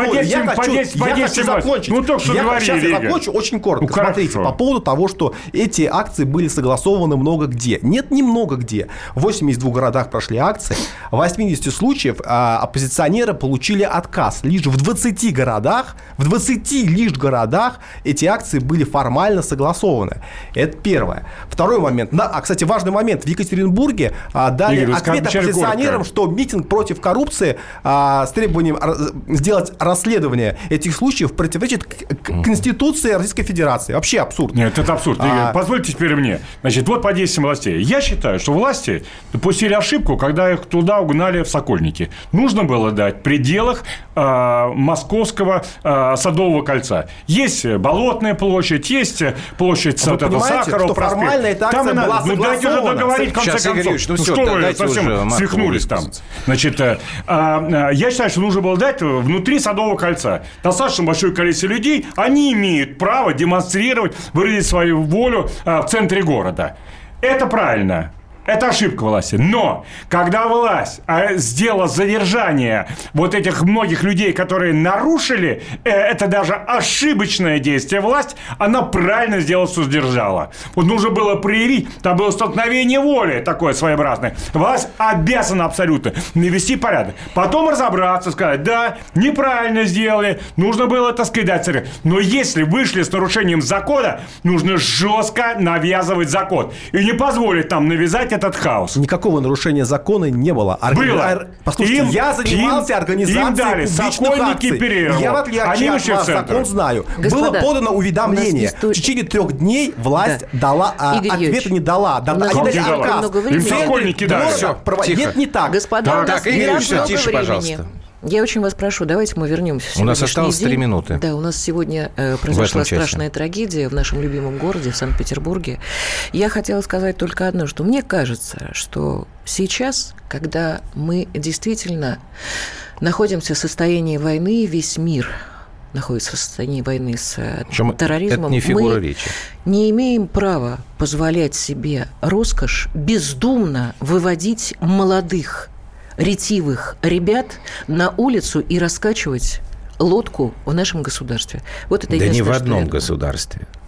я хочу закончить. Ну, только что говорили, сейчас я закончу очень коротко. Смотрите, по поводу того, что эти акции были согласованы много где. Нет, не много где. В 82 городах прошли акции. В 80 случаев оппозиционеры получили отказ. Лишь в 20 городах эти акции были формально согласованы. Это первое. Второй момент. Кстати, важный момент. В Екатеринбурге дали ответ оппозиционерам, что митинг против коррупции с требованием сделать расследование этих случаев противоречит Конституции Российской Федерации. Вообще абсурд. Нет, это абсурд. Позвольте теперь мне. Значит, вот по действиям властей. Я считаю, что власти допустили ошибку, когда их туда угнали в Сокольники. Нужно было дать в пределах Московского Садового кольца. Есть Болотная площадь, есть площадь Сахарова, что формально эта акция была согласована. Дайте уже договорить, в конце концов. Игорь, что вы совсем свихнулись там? Значит, я считаю, что нужно было дать внутри Садового кольца. Достаточно большое количество людей, они имеют право демонстрировать, выразить свою волю в центре города. Это правильно. Это ошибка власти. Но когда власть сделала задержание вот этих многих людей, которые нарушили, это даже ошибочное действие власти, она правильно сделала, что сдержала. Вот нужно было проявить, там было столкновение воли такое своеобразное. Власть обязана абсолютно навести порядок. Потом разобраться, сказать, да, неправильно сделали, нужно было, так сказать, дать. Но если вышли с нарушением закона, нужно жестко навязывать закон. И не позволить там навязать этот хаос. Никакого нарушения закона не было. Было. Послушайте, я занимался организацией публичных акций. Я, в отличие от вас, закон знаю. Было подано уведомление. В течение 3 дней власть дала, ответа не дала. Они дали отказ. Им Сокольники дали. Нет, не так. Господа, так, Игорь, все, тише, пожалуйста. Я очень вас прошу, давайте мы вернемся в У нас осталось 3 минуты. Да, у нас сегодня произошла страшная трагедия в нашем любимом городе, в Санкт-Петербурге. Я хотела сказать только одно, что мне кажется, что сейчас, когда мы действительно находимся в состоянии войны, весь мир находится в состоянии войны с терроризмом, это не фигура речи. Не имеем права позволять себе роскошь бездумно выводить молодых ретивых ребят на улицу и раскачивать лодку в нашем государстве. Вот это да не в одном государстве.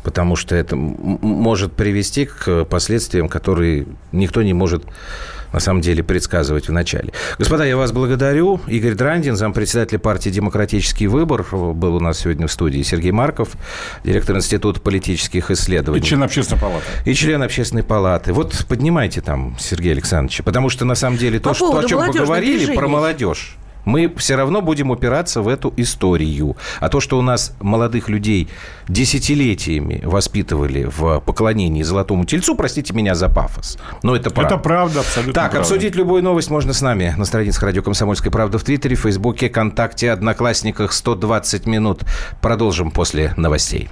потому что это может привести к последствиям, которые никто не может на самом деле предсказывать в начале. Господа, я вас благодарю. Игорь Драндин, зампредседателя партии «Демократический выбор», был у нас сегодня в студии. Сергей Марков, директор Института политических исследований. И член Общественной палаты. И член Общественной палаты. Вот поднимайте там, Сергей Александрович, потому что на самом деле то, о чем вы говорили про молодежь, мы все равно будем упираться в эту историю. А то, что у нас молодых людей десятилетиями воспитывали в поклонении золотому тельцу, простите меня за пафос, но это правда. Это правда, абсолютно так, правда. обсудить любую новость можно с нами на страницах «Радио Комсомольская правда» в Твиттере, Фейсбуке, ВКонтакте, Одноклассниках. 120 минут. Продолжим после новостей.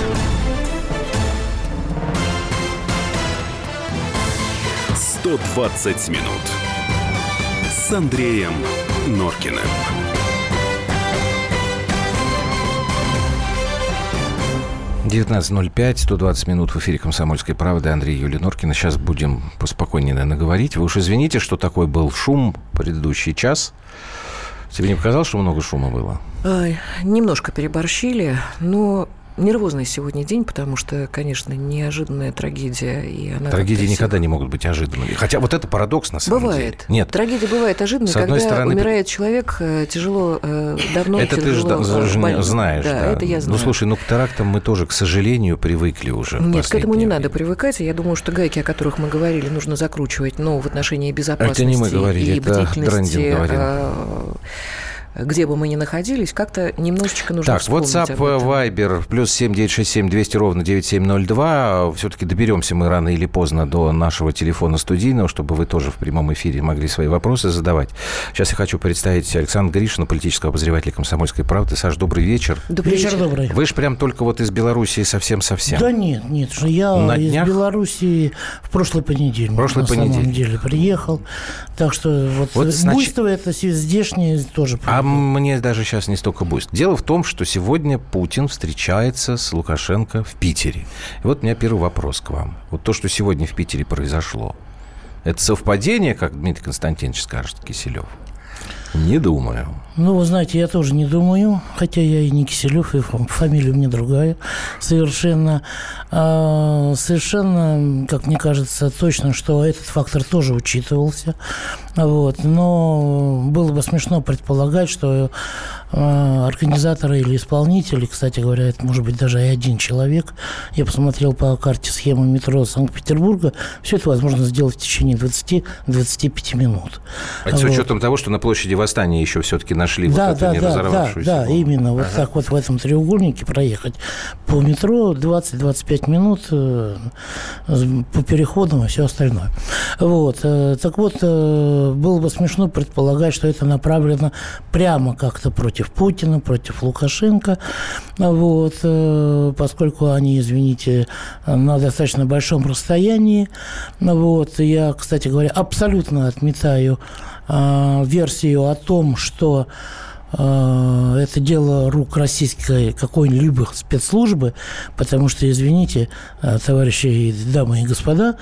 «120 минут» с Андреем Норкиным. — 19:05, 120 минут в эфире «Комсомольской правды». Андрей, Юлия Норкина. Сейчас будем поспокойнее, наверное, говорить. Вы уж извините, что такой был шум предыдущий час. Тебе не показалось, что много шума было? Немножко переборщили, но нервозный сегодня день, потому что, конечно, неожиданная трагедия. И она трагедии никогда не могут быть ожиданными. Хотя вот это парадокс, на самом деле. Бывает. Нет. Трагедия бывает ожиданной, когда умирает человек тяжело, давно это тяжело. Это ты же знаешь. Да, это я знаю. Ну, слушай, к терактам мы тоже, к сожалению, привыкли уже. Нет, к этому не надо привыкать. Я думаю, что гайки, о которых мы говорили, нужно закручивать, но в отношении безопасности это не мы говорили, и это бдительности. Драндин говорил. Где бы мы ни находились, как-то немножечко нужно вспомнить об этом. Так, WhatsApp, Viber, плюс 7967 200 ровно 9702. Все-таки доберемся мы рано или поздно до нашего телефона студийного, чтобы вы тоже в прямом эфире могли свои вопросы задавать. Сейчас я хочу представить Александра Гришина, политического обозревателя «Комсомольской правды». Саш, добрый вечер. Добрый вечер. Добрый. Вы же прям только вот из Белоруссии совсем-совсем. Да нет, я из Белоруссии в прошлый понедельник. На самом деле приехал. Так что буйство это здешнее тоже. Мне даже сейчас не столько буйств. Дело в том, что сегодня Путин встречается с Лукашенко в Питере. И вот у меня первый вопрос к вам. Вот то, что сегодня в Питере произошло, это совпадение, как Дмитрий Константинович скажет, Киселев? Не думаю. Ну, вы знаете, я тоже не думаю, хотя я и не Киселев, и фамилия у меня другая. Совершенно, как мне кажется, точно, что этот фактор тоже учитывался. Но было бы смешно предполагать, что организаторы или исполнители, кстати говоря, это может быть даже и один человек, я посмотрел по карте схему метро Санкт-Петербурга, все это возможно сделать в течение 20-25 минут. А с учетом того, что на площади Восстания еще все-таки нашли эту не разорвавшуюся бомбу. Да, именно. Вот так вот в этом треугольнике проехать по метро 20-25 минут по переходам и все остальное. Так вот, было бы смешно предполагать, что это направлено прямо как-то против Путина, против Лукашенко, поскольку они, извините, на достаточно большом расстоянии. Я, кстати говоря, абсолютно отметаю версию о том, что это дело рук российской какой-либо спецслужбы, потому что, извините, товарищи, дамы и господа,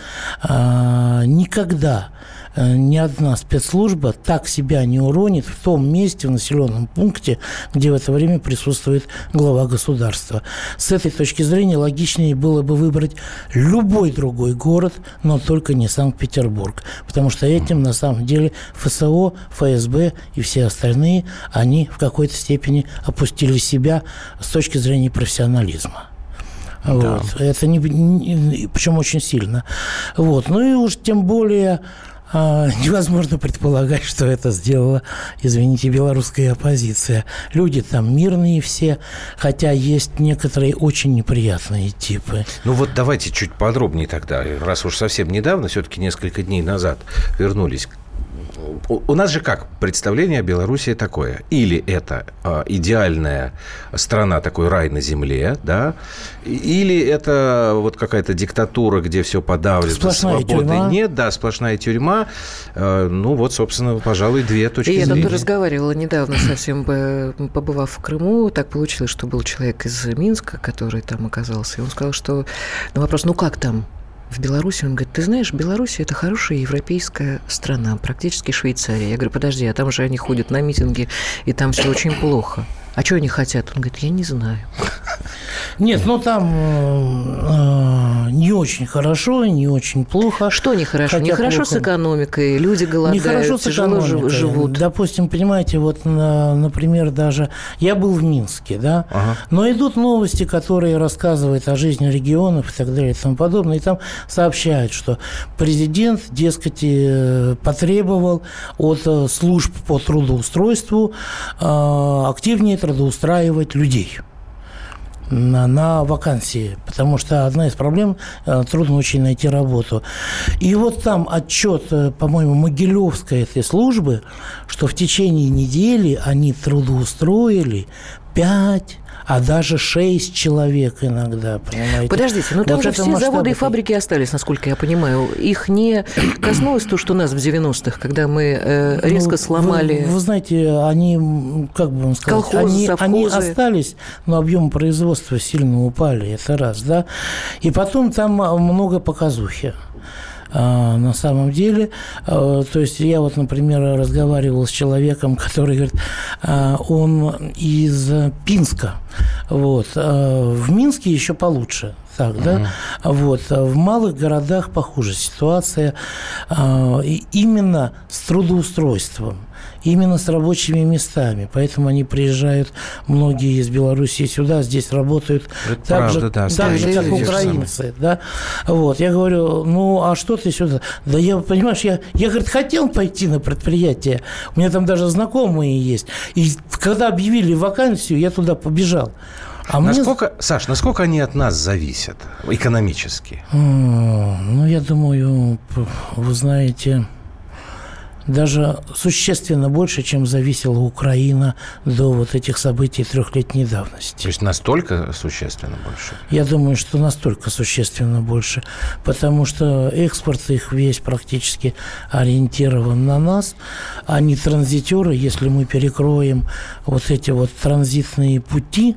никогда ни одна спецслужба так себя не уронит в том месте, в населенном пункте, где в это время присутствует глава государства. С этой точки зрения логичнее было бы выбрать любой другой город, но только не Санкт-Петербург, потому что этим на самом деле ФСО, ФСБ и все остальные, они в какой-то степени опустили себя с точки зрения профессионализма. Да. Это причем очень сильно. Ну и уж тем более невозможно предполагать, что это сделала, извините, белорусская оппозиция. Люди там мирные все, хотя есть некоторые очень неприятные типы. Давайте чуть подробнее тогда, раз уж совсем недавно, все-таки несколько дней назад вернулись. У нас же как представление о Беларуси такое? Или это идеальная страна, такой рай на земле, да? Или это вот какая-то диктатура, где все подавлено, свободы нет, да, сплошная тюрьма. Собственно, пожалуй, две точки зрения. Я тут разговаривала недавно совсем, побывав в Крыму. Так получилось, что был человек из Минска, который там оказался. И он сказал, что на вопрос, как там? В Беларуси, он говорит, ты знаешь, Беларусь – это хорошая европейская страна, практически Швейцария. Я говорю, подожди, а там же они ходят на митинги, и там все очень плохо. А что они хотят? Он говорит, я не знаю. Нет, ну там не очень хорошо, не очень плохо. Что нехорошо? Хотя Нехорошо плохо. с экономикой, люди голодают, Нехорошо с тяжело экономикой. живут. Допустим, понимаете, вот, например, даже я был в Минске, да, но идут новости, которые рассказывают о жизни регионов и так далее и тому подобное, и там сообщают, что президент, дескать, потребовал от служб по трудоустройству активнее трудоустраивать людей на вакансии, потому что одна из проблем – трудно очень найти работу. И вот там отчет, по-моему, Могилевской этой службы, что в течение недели они трудоустроили 5, а даже 6 человек иногда, понимаете? Подождите, ну там вот же все заводы и фабрики остались, насколько я понимаю. Их не коснулось то, что нас в 90-х, когда мы резко сломали... Вы знаете, они, как бы вам сказать, колхозы, они остались, но объемы производства сильно упали, это раз, да? И потом там много показухи. На самом деле, то есть я вот, например, разговаривал с человеком, который говорит, он из Пинска, вот, в Минске еще получше. Так, да? Вот. В малых городах похуже ситуация именно с трудоустройством, именно с рабочими местами. Поэтому они приезжают, многие из Белоруссии сюда, здесь работают так же, как украинцы. Да? Вот. Я говорю, ну, а что ты сюда? Да я, понимаешь, я говорит, хотел пойти на предприятие. У меня там даже знакомые есть. И когда объявили вакансию, я туда побежал. Саш, насколько они от нас зависят экономически? Ну, я думаю, вы знаете, даже существенно больше, чем зависела Украина до вот этих событий 3-летней давности. То есть настолько существенно больше? Я думаю, что настолько существенно больше, потому что экспорт их весь практически ориентирован на нас, а не транзитеры. Если мы перекроем вот эти вот транзитные пути,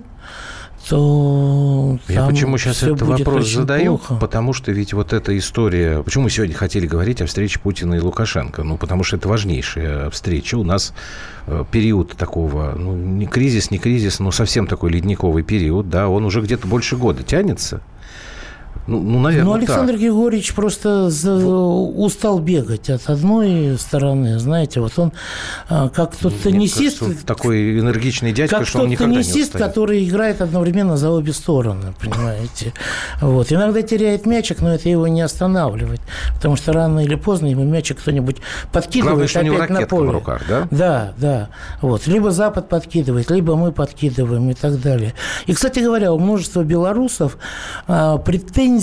то я почему сейчас этот вопрос задаю? Плохо. Потому что ведь вот эта история... Почему мы сегодня хотели говорить о встрече Путина и Лукашенко? Ну, потому что это важнейшая встреча. У нас период такого, ну, не кризис, но совсем такой ледниковый период, да, он уже где-то больше года тянется. Ну, наверное, Александр Григорьевич просто устал бегать от одной стороны, знаете, вот он как тот теннисист... Такой энергичный дядька, что он никогда не устает. Как тот теннисист, который играет одновременно за обе стороны, понимаете. Вот. Иногда теряет мячик, но это его не останавливает, потому что рано или поздно ему мячик кто-нибудь подкидывает. Главное, опять на поле. В руках, да? Да. Вот. Либо Запад подкидывает, либо мы подкидываем и так далее. И, кстати говоря, у множества белорусов претензии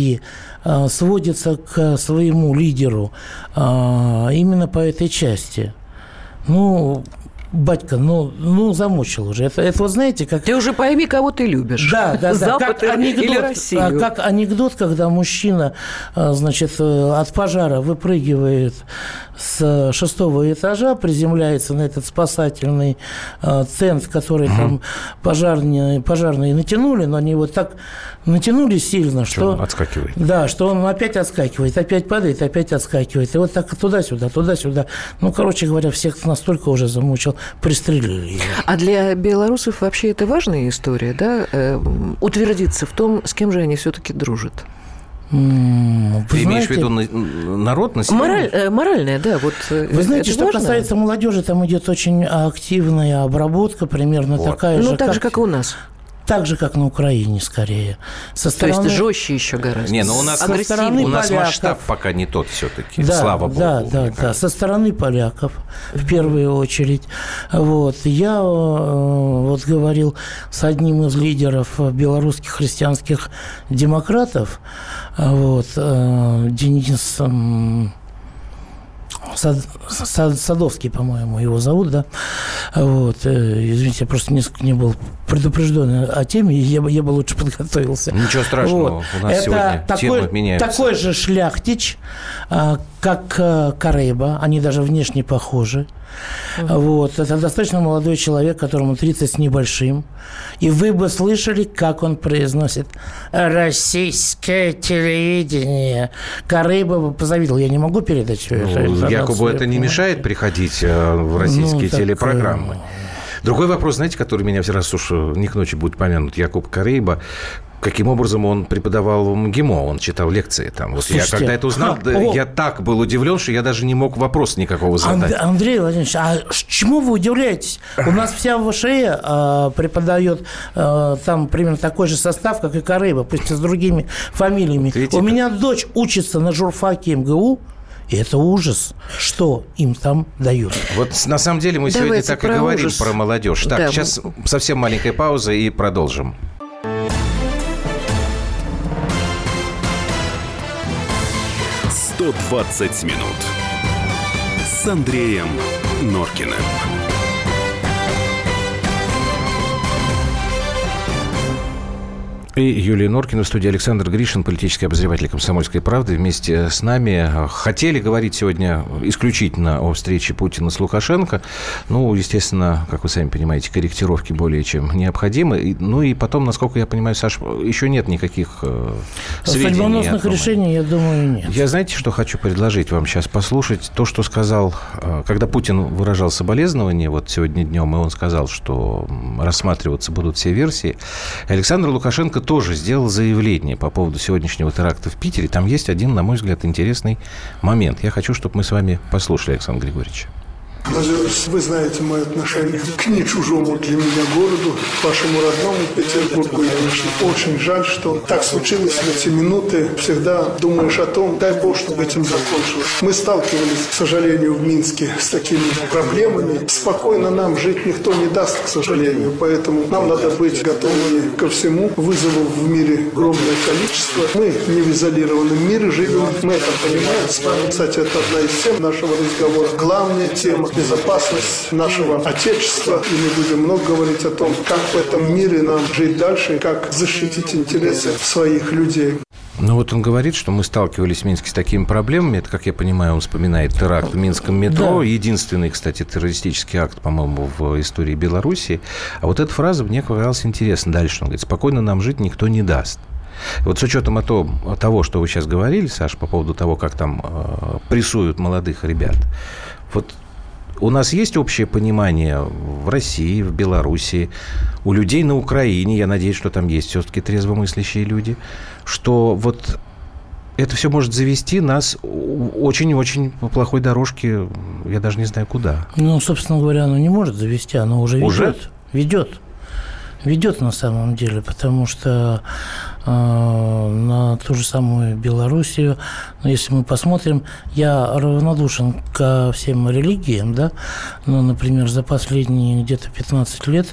сводятся к своему лидеру именно по этой части. Ну, батька, ну замучил уже. Это вот знаете, как... Ты уже пойми, кого ты любишь. Да. Запад как анекдот, или Россию. Как анекдот, когда мужчина, значит, от пожара выпрыгивает с 6-го этажа, приземляется на этот спасательный тент, который там пожарные натянули, но они вот так натянули сильно, что он отскакивает. Да, что он опять отскакивает, опять падает, опять отскакивает. И вот так туда-сюда. Ну, короче говоря, всех настолько уже замучил, пристрелили его. А для белорусов вообще это важная история, да? Утвердиться в том, с кем же они все-таки дружат. Ты имеешь в виду народ, население? Моральная, да. Вот, вы знаете, что важно? Касается молодежи, там идет очень активная обработка, примерно такая же. Ну, так же, как и у нас. Так же, как на Украине, скорее. То есть жестче еще гораздо. Не, но у нас масштаб пока не тот все-таки, да, слава богу. Да, со стороны поляков, в первую очередь. Вот. Я вот говорил с одним из лидеров белорусских христианских демократов, вот, Денисом Садовский, по-моему, его зовут, да. Вот. Извините, я просто несколько не был предупрежден о теме, я бы лучше подготовился. Ничего страшного, вот. У нас это сегодня темы меняются. Такой же шляхтич, как Кареба, они даже внешне похожи. Вот. Это достаточно молодой человек, которому 30 с небольшим. И вы бы слышали, как он произносит российское телевидение. Кареба бы позавидовал. Я не могу передать все это. Якобы это не мешает приходить в российские телепрограммы. Другой вопрос, знаете, который меня, раз уж не к ночи будет помянут, Якуб Карейба, каким образом он преподавал в МГИМО, он читал лекции там. Вот слушайте, я когда это узнал, я так был удивлен, что я даже не мог вопроса никакого задать. Андрей Владимирович, а чему вы удивляетесь? У нас вся ВШЭ преподает там примерно такой же состав, как и Карейба, пусть с другими фамилиями. Видите, у меня дочь учится на журфаке МГУ, и это ужас, что им там дают. Вот на самом деле мы сегодня так и говорим про молодежь. Так, сейчас совсем маленькая пауза и продолжим. «120 минут» с Андреем Норкиным. И Юлия Норкина в студии, Александр Гришин, политический обозреватель «Комсомольской правды». Вместе с нами хотели говорить сегодня исключительно о встрече Путина с Лукашенко. Ну, естественно, как вы сами понимаете, корректировки более чем необходимы. Ну и потом, насколько я понимаю, Саш, еще нет никаких сведений. Судьбоносных решений, я думаю, нет. Я, знаете, что хочу предложить вам сейчас послушать? То, что сказал, когда Путин выражал соболезнования вот сегодня днем, и он сказал, что рассматриваться будут все версии, Александр Лукашенко тоже сделал заявление по поводу сегодняшнего теракта в Питере. Там есть один, на мой взгляд, интересный момент. Я хочу, чтобы мы с вами послушали Александра Григорьевича. Вы знаете мое отношение к не чужому для меня городу, вашему родному Петербургу. И очень жаль, что так случилось в эти минуты. Всегда думаешь о том, дай Бог, чтобы этим закончилось. Мы сталкивались, к сожалению, в Минске с такими проблемами. Спокойно нам жить никто не даст, к сожалению. Поэтому нам надо быть готовыми ко всему. Вызовов в мире огромное количество. Мы не в изолированном мире живем. Мы это понимаем с вами. Кстати, это одна из тем нашего разговора. Главная тема – безопасность нашего Отечества. И мы будем много говорить о том, как в этом мире нам жить дальше, как защитить интересы своих людей. Ну вот он говорит, что мы сталкивались в Минске с такими проблемами. Это, как я понимаю, он вспоминает теракт в Минском метро. Да. Единственный, кстати, террористический акт, по-моему, в истории Белоруссии. А вот эта фраза мне показалась интересна. Дальше он говорит: спокойно нам жить никто не даст. Вот с учетом того, что вы сейчас говорили, Саша, по поводу того, как там прессуют молодых ребят, вот у нас есть общее понимание в России, в Белоруссии, у людей на Украине, я надеюсь, что там есть все-таки трезвомыслящие люди, что вот это все может завести нас очень-очень по плохой дорожке, я даже не знаю куда. Ну, собственно говоря, оно не может завести, оно уже ведет на самом деле, потому что на ту же самую Белоруссию, если мы посмотрим, я равнодушен ко всем религиям, да, но, например, за последние где-то 15 лет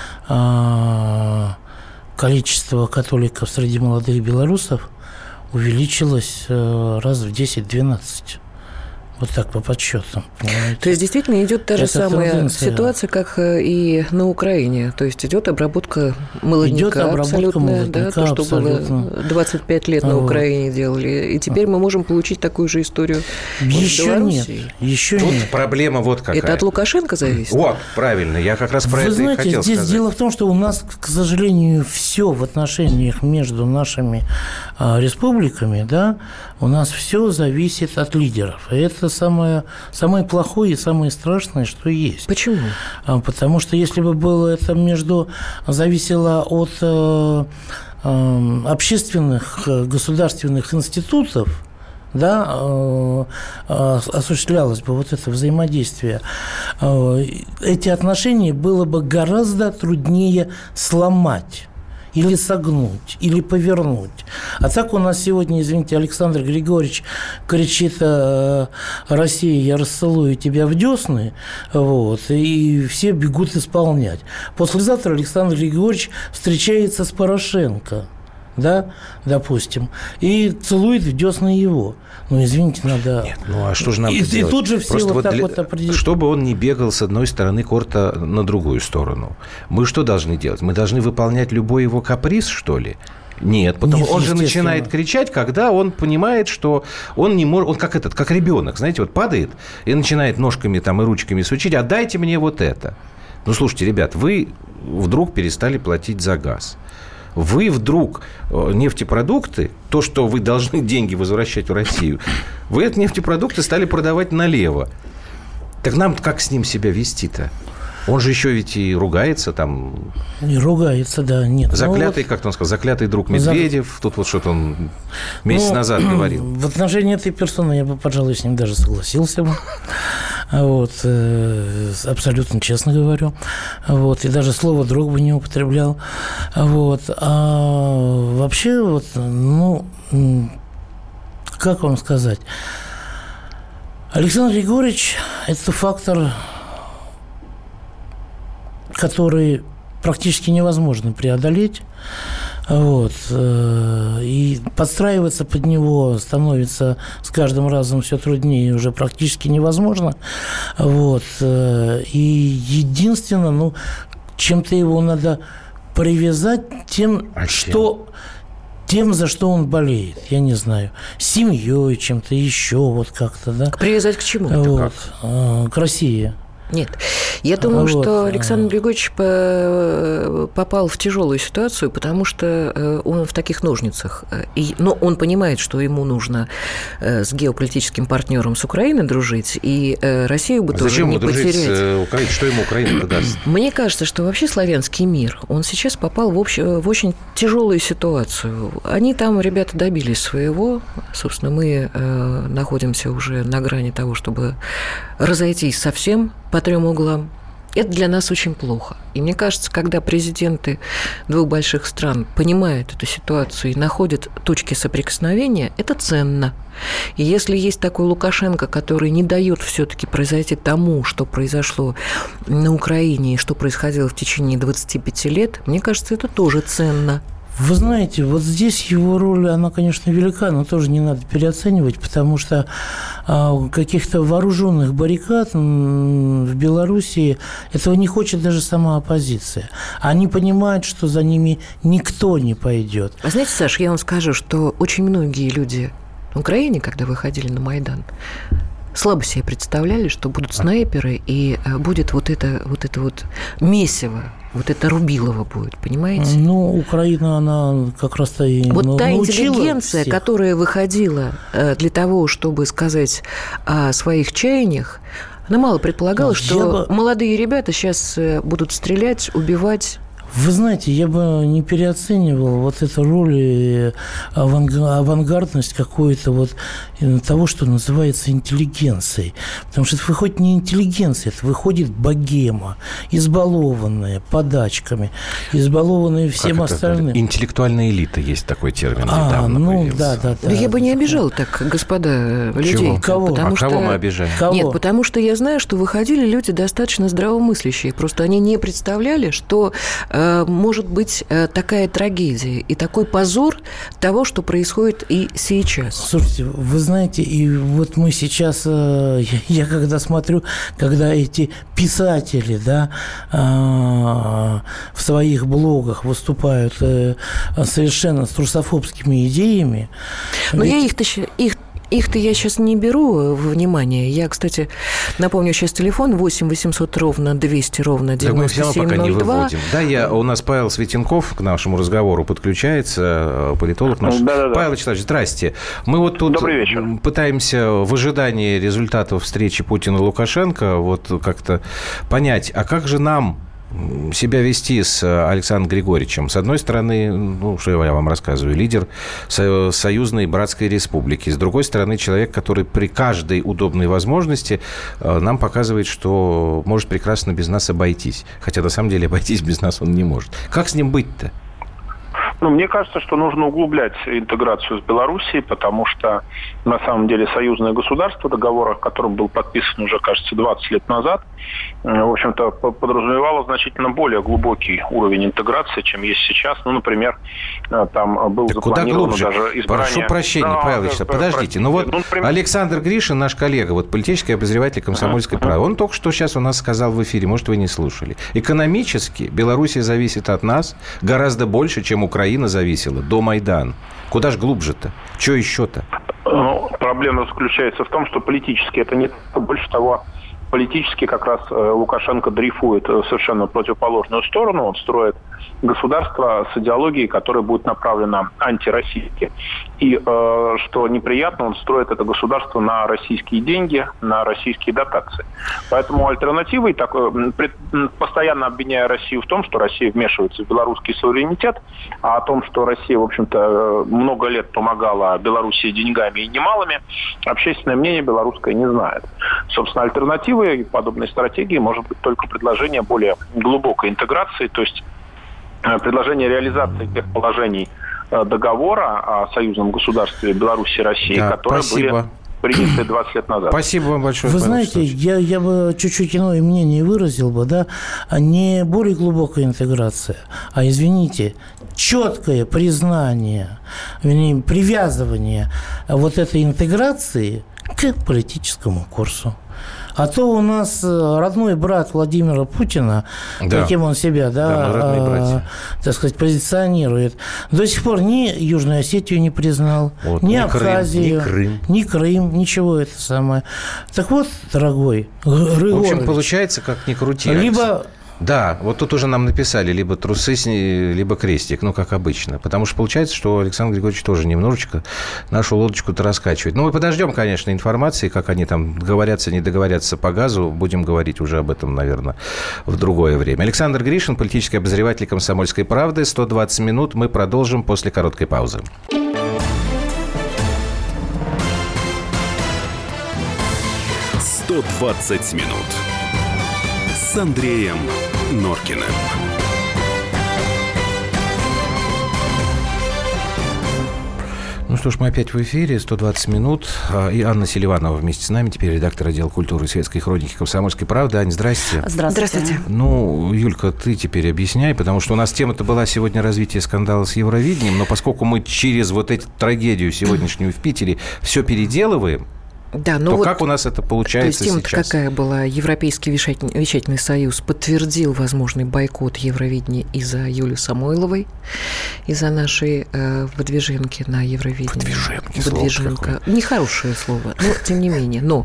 количество католиков среди молодых белорусов увеличилось раз в 10-12. Вот так по подсчетам. Понимаете? То есть действительно идет та же самая ситуация, как и на Украине. То есть идет обработка молодняка абсолютная, да, то, что было 25 лет на Украине делали. И теперь мы можем получить такую же историю еще в Белоруссии. Тут проблема вот какая. Это от Лукашенко зависит? Вот, правильно. Я как раз про это и хотел сказать. Вы знаете, здесь дело в том, что у нас, к сожалению, все в отношениях между нашими республиками, да, у нас все зависит от лидеров. И это самое плохое и самое страшное, что есть. Почему? Потому что если бы было это зависело от общественных государственных институтов, да, осуществлялось бы вот это взаимодействие, эти отношения было бы гораздо труднее сломать. Или согнуть, или повернуть. А так у нас сегодня, извините, Александр Григорьевич кричит: «Россия, я расцелую тебя в десны», вот, и все бегут исполнять. Послезавтра Александр Григорьевич встречается с Порошенко, да, допустим, и целует в десны его. Ну, извините, надо... Нет, ну а что же нам делать? И тут же все просто вот так вот определить. Чтобы он не бегал с одной стороны корта на другую сторону. Мы что должны делать? Мы должны выполнять любой его каприз, что ли? Нет, потому что он же начинает кричать, когда он понимает, что он не может... Он как ребенок, знаете, вот падает и начинает ножками там и ручками сучить: «А дайте мне вот это». Ну, слушайте, ребят, вы вдруг перестали платить за газ. Вы вдруг нефтепродукты, то, что вы должны деньги возвращать в Россию, вы эти нефтепродукты стали продавать налево. Так нам как с ним себя вести-то? Он же еще ведь и ругается там. Не ругается, да, нет. Заклятый, как он сказал, заклятый друг Медведев. Тут вот что-то он месяц назад говорил. В отношении этой персоны я бы, пожалуй, с ним даже согласился бы. Вот, абсолютно честно говорю. Вот, и даже слово «друг» бы не употреблял. Вот. А вообще, вот, ну, как вам сказать? Александр Григорьевич – это фактор, который практически невозможно преодолеть. Вот. И подстраиваться под него становится с каждым разом все труднее и уже практически невозможно. Вот. И единственное, ну, чем-то его надо привязать тем, тем, за что он болеет, я не знаю, семьей, чем-то еще, вот как-то, да. Привязать к чему? Вот. К России. Нет. Я думаю, что Александр Григорьевич попал в тяжелую ситуацию, потому что он в таких ножницах. Но он понимает, что ему нужно с геополитическим партнером с Украиной дружить, и Россию бы тоже не потерять. Зачем ему дружить с Украиной? Что ему Украина даст? Мне кажется, что вообще славянский мир, он сейчас попал в очень тяжелую ситуацию. Они там, ребята, добились своего. Собственно, мы находимся уже на грани того, чтобы разойтись совсем по трем углам. Это для нас очень плохо. И мне кажется, когда президенты двух больших стран понимают эту ситуацию и находят точки соприкосновения, это ценно. И если есть такой Лукашенко, который не дает все-таки произойти тому, что произошло на Украине и что происходило в течение 25 лет, мне кажется, это тоже ценно. Вы знаете, вот здесь его роль, она, конечно, велика, но тоже не надо переоценивать, потому что каких-то вооруженных баррикад в Белоруссии этого не хочет даже сама оппозиция. Они понимают, что за ними никто не пойдет. А знаете, Саш, я вам скажу, что очень многие люди в Украине, когда выходили на Майдан, слабо себе представляли, что будут снайперы и будет вот это месиво. Вот это Рубилово будет, понимаете? Ну, Украина, она как раз-то и вот та научила интеллигенция, всех. которая выходила для того, чтобы сказать о своих чаяниях, она мало предполагала, что молодые ребята сейчас будут стрелять, убивать. Вы знаете, я бы не переоценивал вот эту роль и авангардность какую-то вот того, что называется интеллигенцией. Потому что это выходит не интеллигенция, это выходит богема, избалованная подачками, избалованная всем остальным. Интеллектуальная элита, есть такой термин, недавно появился. Да. Да я бы не обижал так, господа, людей. Кого? Кого мы обижаем? Нет, потому что я знаю, что выходили люди достаточно здравомыслящие. Просто они не представляли, что может быть такая трагедия и такой позор того, что происходит и сейчас. Слушайте, вы знаете, и вот мы сейчас, я когда смотрю, когда эти писатели, да, в своих блогах выступают совершенно с русофобскими идеями. Но их-то я сейчас не беру во внимание. Я, кстати, напомню сейчас телефон 8 800 ровно 200 ровно 9702. Да, у нас Павел Светенков к нашему разговору подключается, политолог наш. Да. Павел Вячеславович, здрасте. Мы вот тут пытаемся в ожидании результатов встречи Путина и Лукашенко вот как-то понять, а как же нам себя вести с Александром Григорьевичем? С одной стороны, что я вам рассказываю, лидер союзной братской республики. С другой стороны, человек, который при каждой удобной возможности нам показывает, что может прекрасно без нас обойтись. Хотя, на самом деле, обойтись без нас он не может. Как с ним быть-то? Мне кажется, что нужно углублять интеграцию с Белоруссией, потому что, на самом деле, союзное государство, договор, о котором был подписан уже, кажется, 20 лет назад, в общем-то, подразумевало значительно более глубокий уровень интеграции, чем есть сейчас. Например, там был запланировано даже избрание... Прошу прощения, Павел Вячеславович, подождите. Александр Гришин, наш коллега, политический обозреватель «Комсомольской правды», он только что сейчас у нас сказал в эфире, может, вы не слушали. Экономически Белоруссия зависит от нас гораздо больше, чем Украина зависела до Майдана. Куда ж глубже-то? Что еще-то? Проблема заключается в том, что политически это не больше того. политически как раз Лукашенко дрейфует в совершенно противоположную сторону. Он строит государство с идеологией, которая будет направлена антироссийски. И, что неприятно, он строит это государство на российские деньги, на российские дотации. Поэтому альтернативой, постоянно обвиняя Россию в том, что Россия вмешивается в белорусский суверенитет, а о том, что Россия, в общем-то, много лет помогала Белоруссии деньгами и немалыми, общественное мнение белорусское не знает. Собственно, альтернативой подобной стратегии может быть только предложение более глубокой интеграции, то есть предложение реализации тех положений договора о союзном государстве Беларуси и России, которые были приняты 20 лет назад. Спасибо вам большое. Вы знаете, я бы чуть-чуть иное мнение выразил бы, да, не более глубокая интеграция, а, извините, четкое признание, вернее, привязывание вот этой интеграции к политическому курсу. А то у нас родной брат Владимира Путина, каким он себя, так сказать, позиционирует, до сих пор ни Южную Осетию не признал, ни Абхазию, ни Крым, ничего это самое. Так вот, дорогой Григорьевич, в общем, получается, как ни крути. Либо... Да, вот тут уже нам написали либо трусы, либо крестик, как обычно. Потому что получается, что Александр Григорьевич тоже немножечко нашу лодочку-то раскачивает. Мы подождем, конечно, информации, как они там договорятся, не договорятся по газу. Будем говорить уже об этом, наверное, в другое время. Александр Гришин, политический обозреватель «Комсомольской правды». 120 минут. Мы продолжим после короткой паузы. «120 минут» с Андреем Норкиным. Ну что ж, мы опять в эфире, 120 минут. И Анна Селиванова вместе с нами, теперь редактор отдела культуры и светской хроники «Комсомольской правды». Ань, здрасте. Здравствуйте. Юлька, ты теперь объясняй, потому что у нас тема-то была сегодня развитие скандала с Евровидением, но поскольку мы через вот эту трагедию сегодняшнюю в Питере все переделываем, да, то как у нас это получается сейчас? То есть тема-то какая была? Европейский вещательный союз подтвердил возможный бойкот Евровидения из-за Юли Самойловой, из-за нашей выдвиженки на Евровидение. Выдвиженка. Нехорошее слово, но тем не менее. Но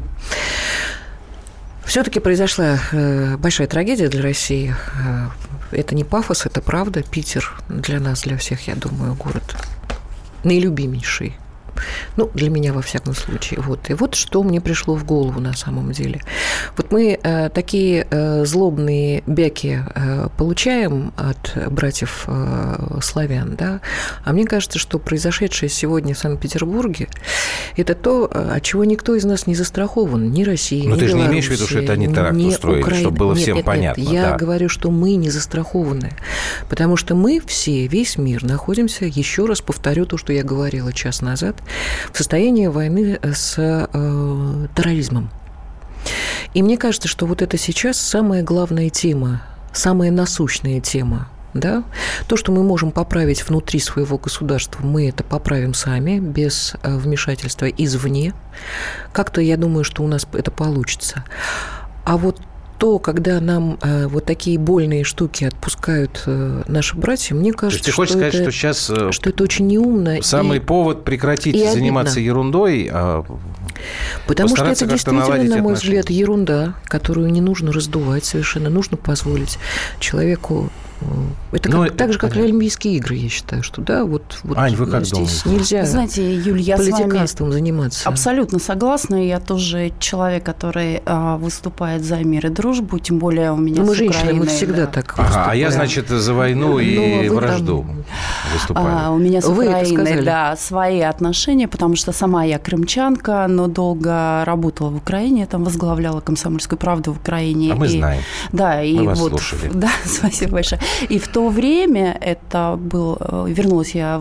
все-таки произошла большая трагедия для России. Это не пафос, это правда. Питер для нас, для всех, я думаю, город наилюбимейший. Для меня, во всяком случае. И вот что мне пришло в голову на самом деле. Вот мы такие злобные бяки получаем от братьев славян, да? А мне кажется, что произошедшее сегодня в Санкт-Петербурге – это то, от чего никто из нас не застрахован. Ни Россия, ни Беларусь. Но ты же не имеешь в виду, что это они теракт устроили, Украина. Чтобы было всем понятно. Я говорю, что мы не застрахованы. Потому что мы все, весь мир, находимся, еще раз повторю то, что я говорила час назад, в состоянии войны с терроризмом. И мне кажется, что вот это сейчас самая главная тема, самая насущная тема. Да? То, что мы можем поправить внутри своего государства, мы это поправим сами, без вмешательства извне. Как-то я думаю, что у нас это получится. А вот то, когда нам вот такие больные штуки отпускают наши братья, мне кажется, что сказать, что сейчас что это очень неумно. Самый повод прекратить заниматься ерундой, потому что это действительно, на мой взгляд, ерунда, которую не нужно раздувать совершенно, нужно позволить человеку. Это так же, как и Олимпийские игры, я считаю, что да, вот Ань, вы как здесь думаете? Нельзя, знаете, Юль, я политиканством заниматься. Абсолютно согласна. Я тоже человек, который выступает за мир и дружбу, тем более у меня мы с женщины, Украиной. Мы всегда так выступаем. А я, значит, за войну и вражду выступаю. У меня с Украиной, свои отношения, потому что сама я крымчанка, но долго работала в Украине, там возглавляла «Комсомольскую правду» в Украине. А мы знаем. Да, и мы вас слушали. Да, спасибо большое. И в то время это вернулась я в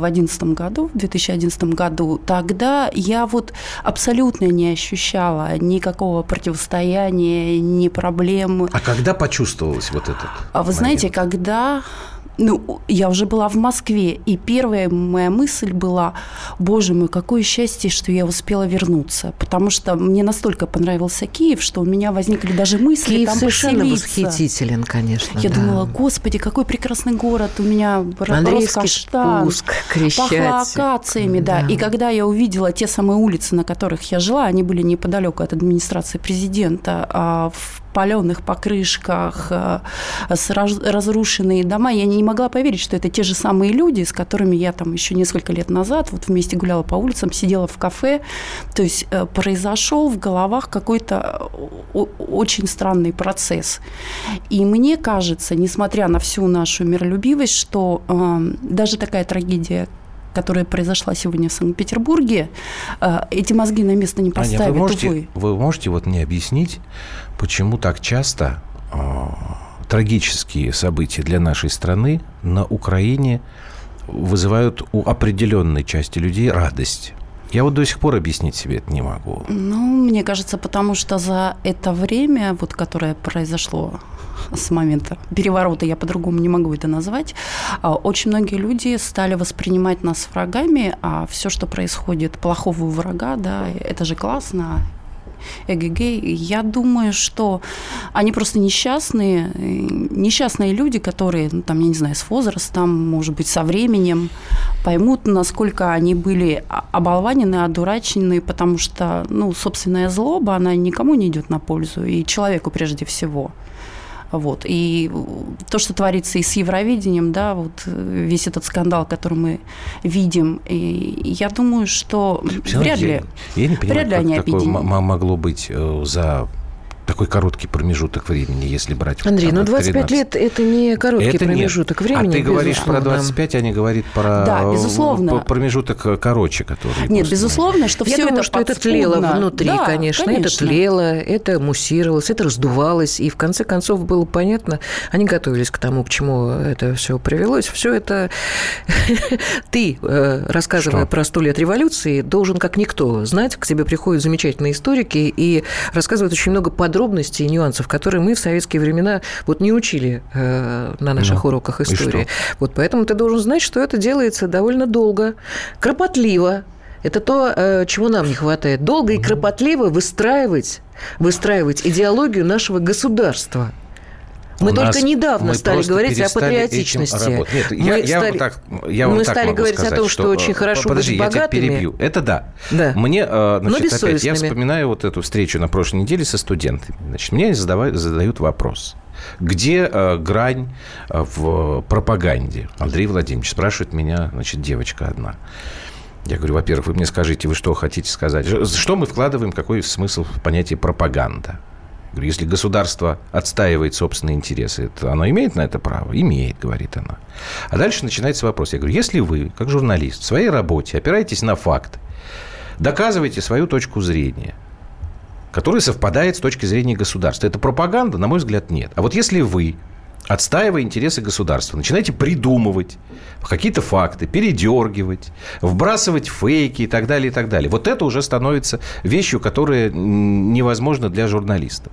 2011 году, тогда я абсолютно не ощущала никакого противостояния, ни проблем. А когда почувствовалось вот это? Вы знаете, когда Я уже была в Москве, и первая моя мысль была: боже мой, какое счастье, что я успела вернуться, потому что мне настолько понравился Киев, что у меня возникли даже мысли Киев там совершенно поселиться. восхитителен, конечно. Я думала, господи, какой прекрасный город, у меня рос каштан, пахло акациями, да. И когда я увидела те самые улицы, на которых я жила, они были неподалеку от администрации президента, в паленых покрышках, разрушенные дома. Я не могла поверить, что это те же самые люди, с которыми я там еще несколько лет назад вот вместе гуляла по улицам, сидела в кафе. То есть произошел в головах какой-то очень странный процесс. И мне кажется, несмотря на всю нашу миролюбивость, что даже такая трагедия, которая произошла сегодня в Санкт-Петербурге, эти мозги на место не поставят. Аня, вы можете вот мне объяснить, почему так часто трагические события для нашей страны на Украине вызывают у определенной части людей радость? Я вот до сих пор объяснить себе это не могу. Мне кажется, потому что за это время, вот, которое произошло с момента переворота, я по-другому не могу это назвать, очень многие люди стали воспринимать нас врагами, а все, что происходит плохого у врага, да, это же классно. Эгегей. Я думаю, что они просто несчастные люди, которые, я не знаю, с возрастом, может быть, со временем поймут, насколько они были оболванены, одурачены, потому что, собственная злоба, она никому не идет на пользу, и человеку прежде всего. Вот. И то, что творится и с Евровидением, да, вот весь этот скандал, который мы видим, и я думаю, что вряд ли они объединены. Такое могло быть за такой короткий промежуток времени, если брать... Андрей, 25 лет – это не короткий промежуток времени. А ты говоришь про 25, а не говорит про промежуток короче, который... Нет, безусловно, что все это что это тлело внутри, конечно. Это тлело, это муссировалось, это раздувалось, и в конце концов было понятно, они готовились к тому, к чему это все привелось. Все это ты, рассказывая про 100 лет революции, должен как никто знать, к тебе приходят замечательные историки и рассказывают очень много подробностей и нюансов, которые мы в советские времена не учили на наших уроках истории. Вот поэтому ты должен знать, что это делается довольно долго, кропотливо. Это то, чего нам не хватает. Долго и кропотливо выстраивать идеологию нашего государства. Мы только недавно стали говорить о патриотичности. Мы стали говорить о том, что очень хорошо быть богатыми. Я тебя перебью. Это да. Мне, опять, я вспоминаю вот эту встречу на прошлой неделе со студентами. Мне задают вопрос. Где грань в пропаганде? Андрей Владимирович спрашивает меня, девочка одна. Я говорю, во-первых, вы мне скажите, вы что хотите сказать? Что мы вкладываем, какой смысл в понятие пропаганда? Если государство отстаивает собственные интересы, оно имеет на это право? Имеет, говорит она. А дальше начинается вопрос. Я говорю, если вы, как журналист, в своей работе опираетесь на факты, доказываете свою точку зрения, которая совпадает с точки зрения государства, это пропаганда? На мой взгляд, нет. А вот если вы, отстаивая интересы государства, начинаете придумывать какие-то факты, передергивать, вбрасывать фейки и так далее, вот это уже становится вещью, которая невозможна для журналиста.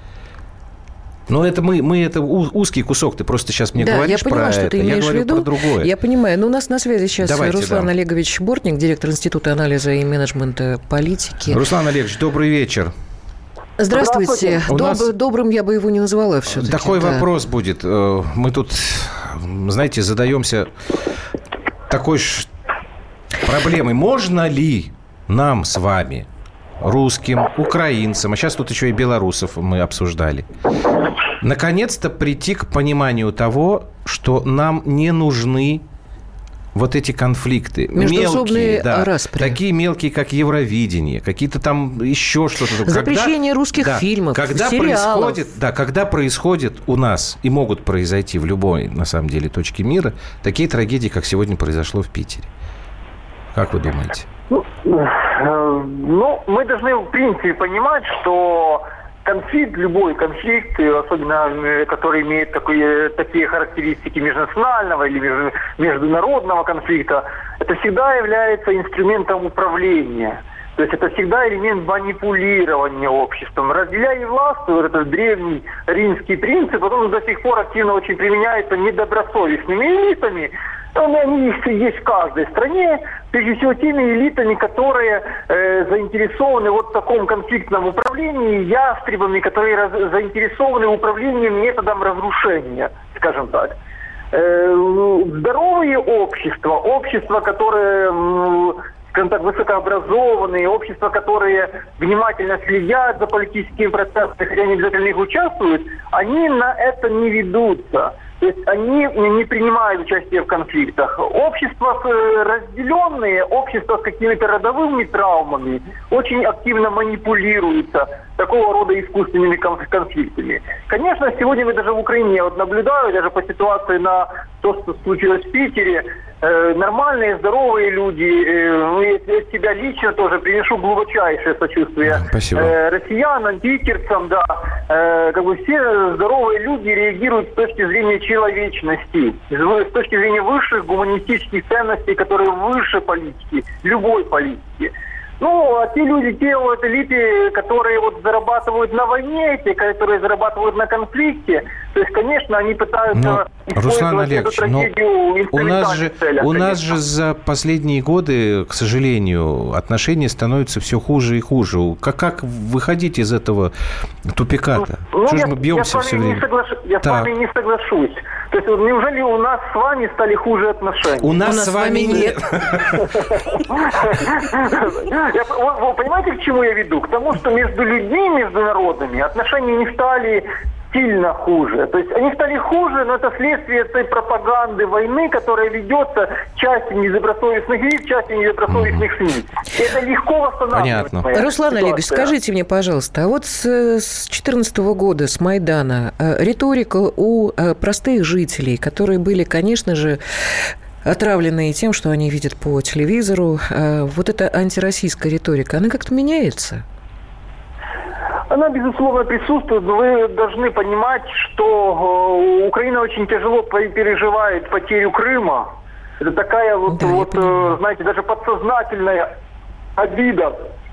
Но это мы это узкий кусок. Ты просто сейчас мне говоришь про это. Я говорю про другое. Я понимаю. Но у нас на связи сейчас Руслан Олегович Бортник, директор Института анализа и менеджмента политики. Руслан Олегович, добрый вечер. Здравствуйте. Добрым я бы его не назвала все-таки. Такой вопрос будет. Мы тут, знаете, задаемся такой проблемой. Можно ли нам с вами, русским, украинцам, а сейчас тут еще и белорусов мы обсуждали, наконец-то прийти к пониманию того, что нам не нужны вот эти конфликты мелкие, распри. Такие мелкие, как Евровидение, какие-то там еще что-то. Запрещение русских фильмов, сериалов. Когда происходит у нас и могут произойти в любой, на самом деле, точке мира, такие трагедии, как сегодня произошло в Питере. Как вы думаете? Мы должны, в принципе, понимать, что любой конфликт, особенно который имеет такие характеристики межнационального или международного конфликта, это всегда является инструментом управления. То есть это всегда элемент манипулирования обществом. Разделяй и властвуй, вот этот древний римский принцип, он до сих пор активно очень применяется недобросовестными элитами. Они есть в каждой стране, прежде всего теми элитами, которые заинтересованы вот в таком конфликтном управлении, ястребами, которые заинтересованы управлением методом разрушения, скажем так. Здоровые общества, которые, скажем так, высокообразованные, общества, которые внимательно следят за политическими процессами, хотя не обязательно их участвуют, они на это не ведутся. То есть они не принимают участие в конфликтах. Общества разделенные, общества с какими-то родовыми травмами очень активно манипулируются такого рода искусственными конфликтами. Конечно, сегодня мы даже в Украине наблюдаю, даже по ситуации на то, что случилось в Питере, нормальные, здоровые люди, я себя лично тоже приношу глубочайшее сочувствие россиянам, питерцам, все здоровые люди реагируют с точки зрения человечности, с точки зрения высших гуманистических ценностей, которые выше политики, любой политики. А те люди, те элиты, которые зарабатывают на войне, те, которые зарабатывают на конфликте, то есть, конечно, они пытаются использовать эту трагедию в инструментальных целях. У нас же за последние годы, к сожалению, отношения становятся все хуже и хуже. Как выходить из этого тупика-то? Что же мы бьемся все время? Я с вами не соглашусь. То есть, неужели у нас с вами стали хуже отношения? У нас с вами нет. Вы понимаете, к чему я веду? К тому, что между людьми, между народами отношения не стали сильно хуже. То есть они стали хуже, но это следствие этой пропаганды войны, которая ведется частью недобросовестных лиц, частью недобросовестных СМИ. И это легко восстанавливать. Понятно. Руслан Олегович, скажите мне, пожалуйста, а вот с 2014 года, с Майдана, риторика у простых жителей, которые были, конечно же, отравленные тем, что они видят по телевизору, вот эта антироссийская риторика, она как-то меняется? Она, безусловно, присутствует, но вы должны понимать, что Украина очень тяжело переживает потерю Крыма. Это такая знаете, даже подсознательная обида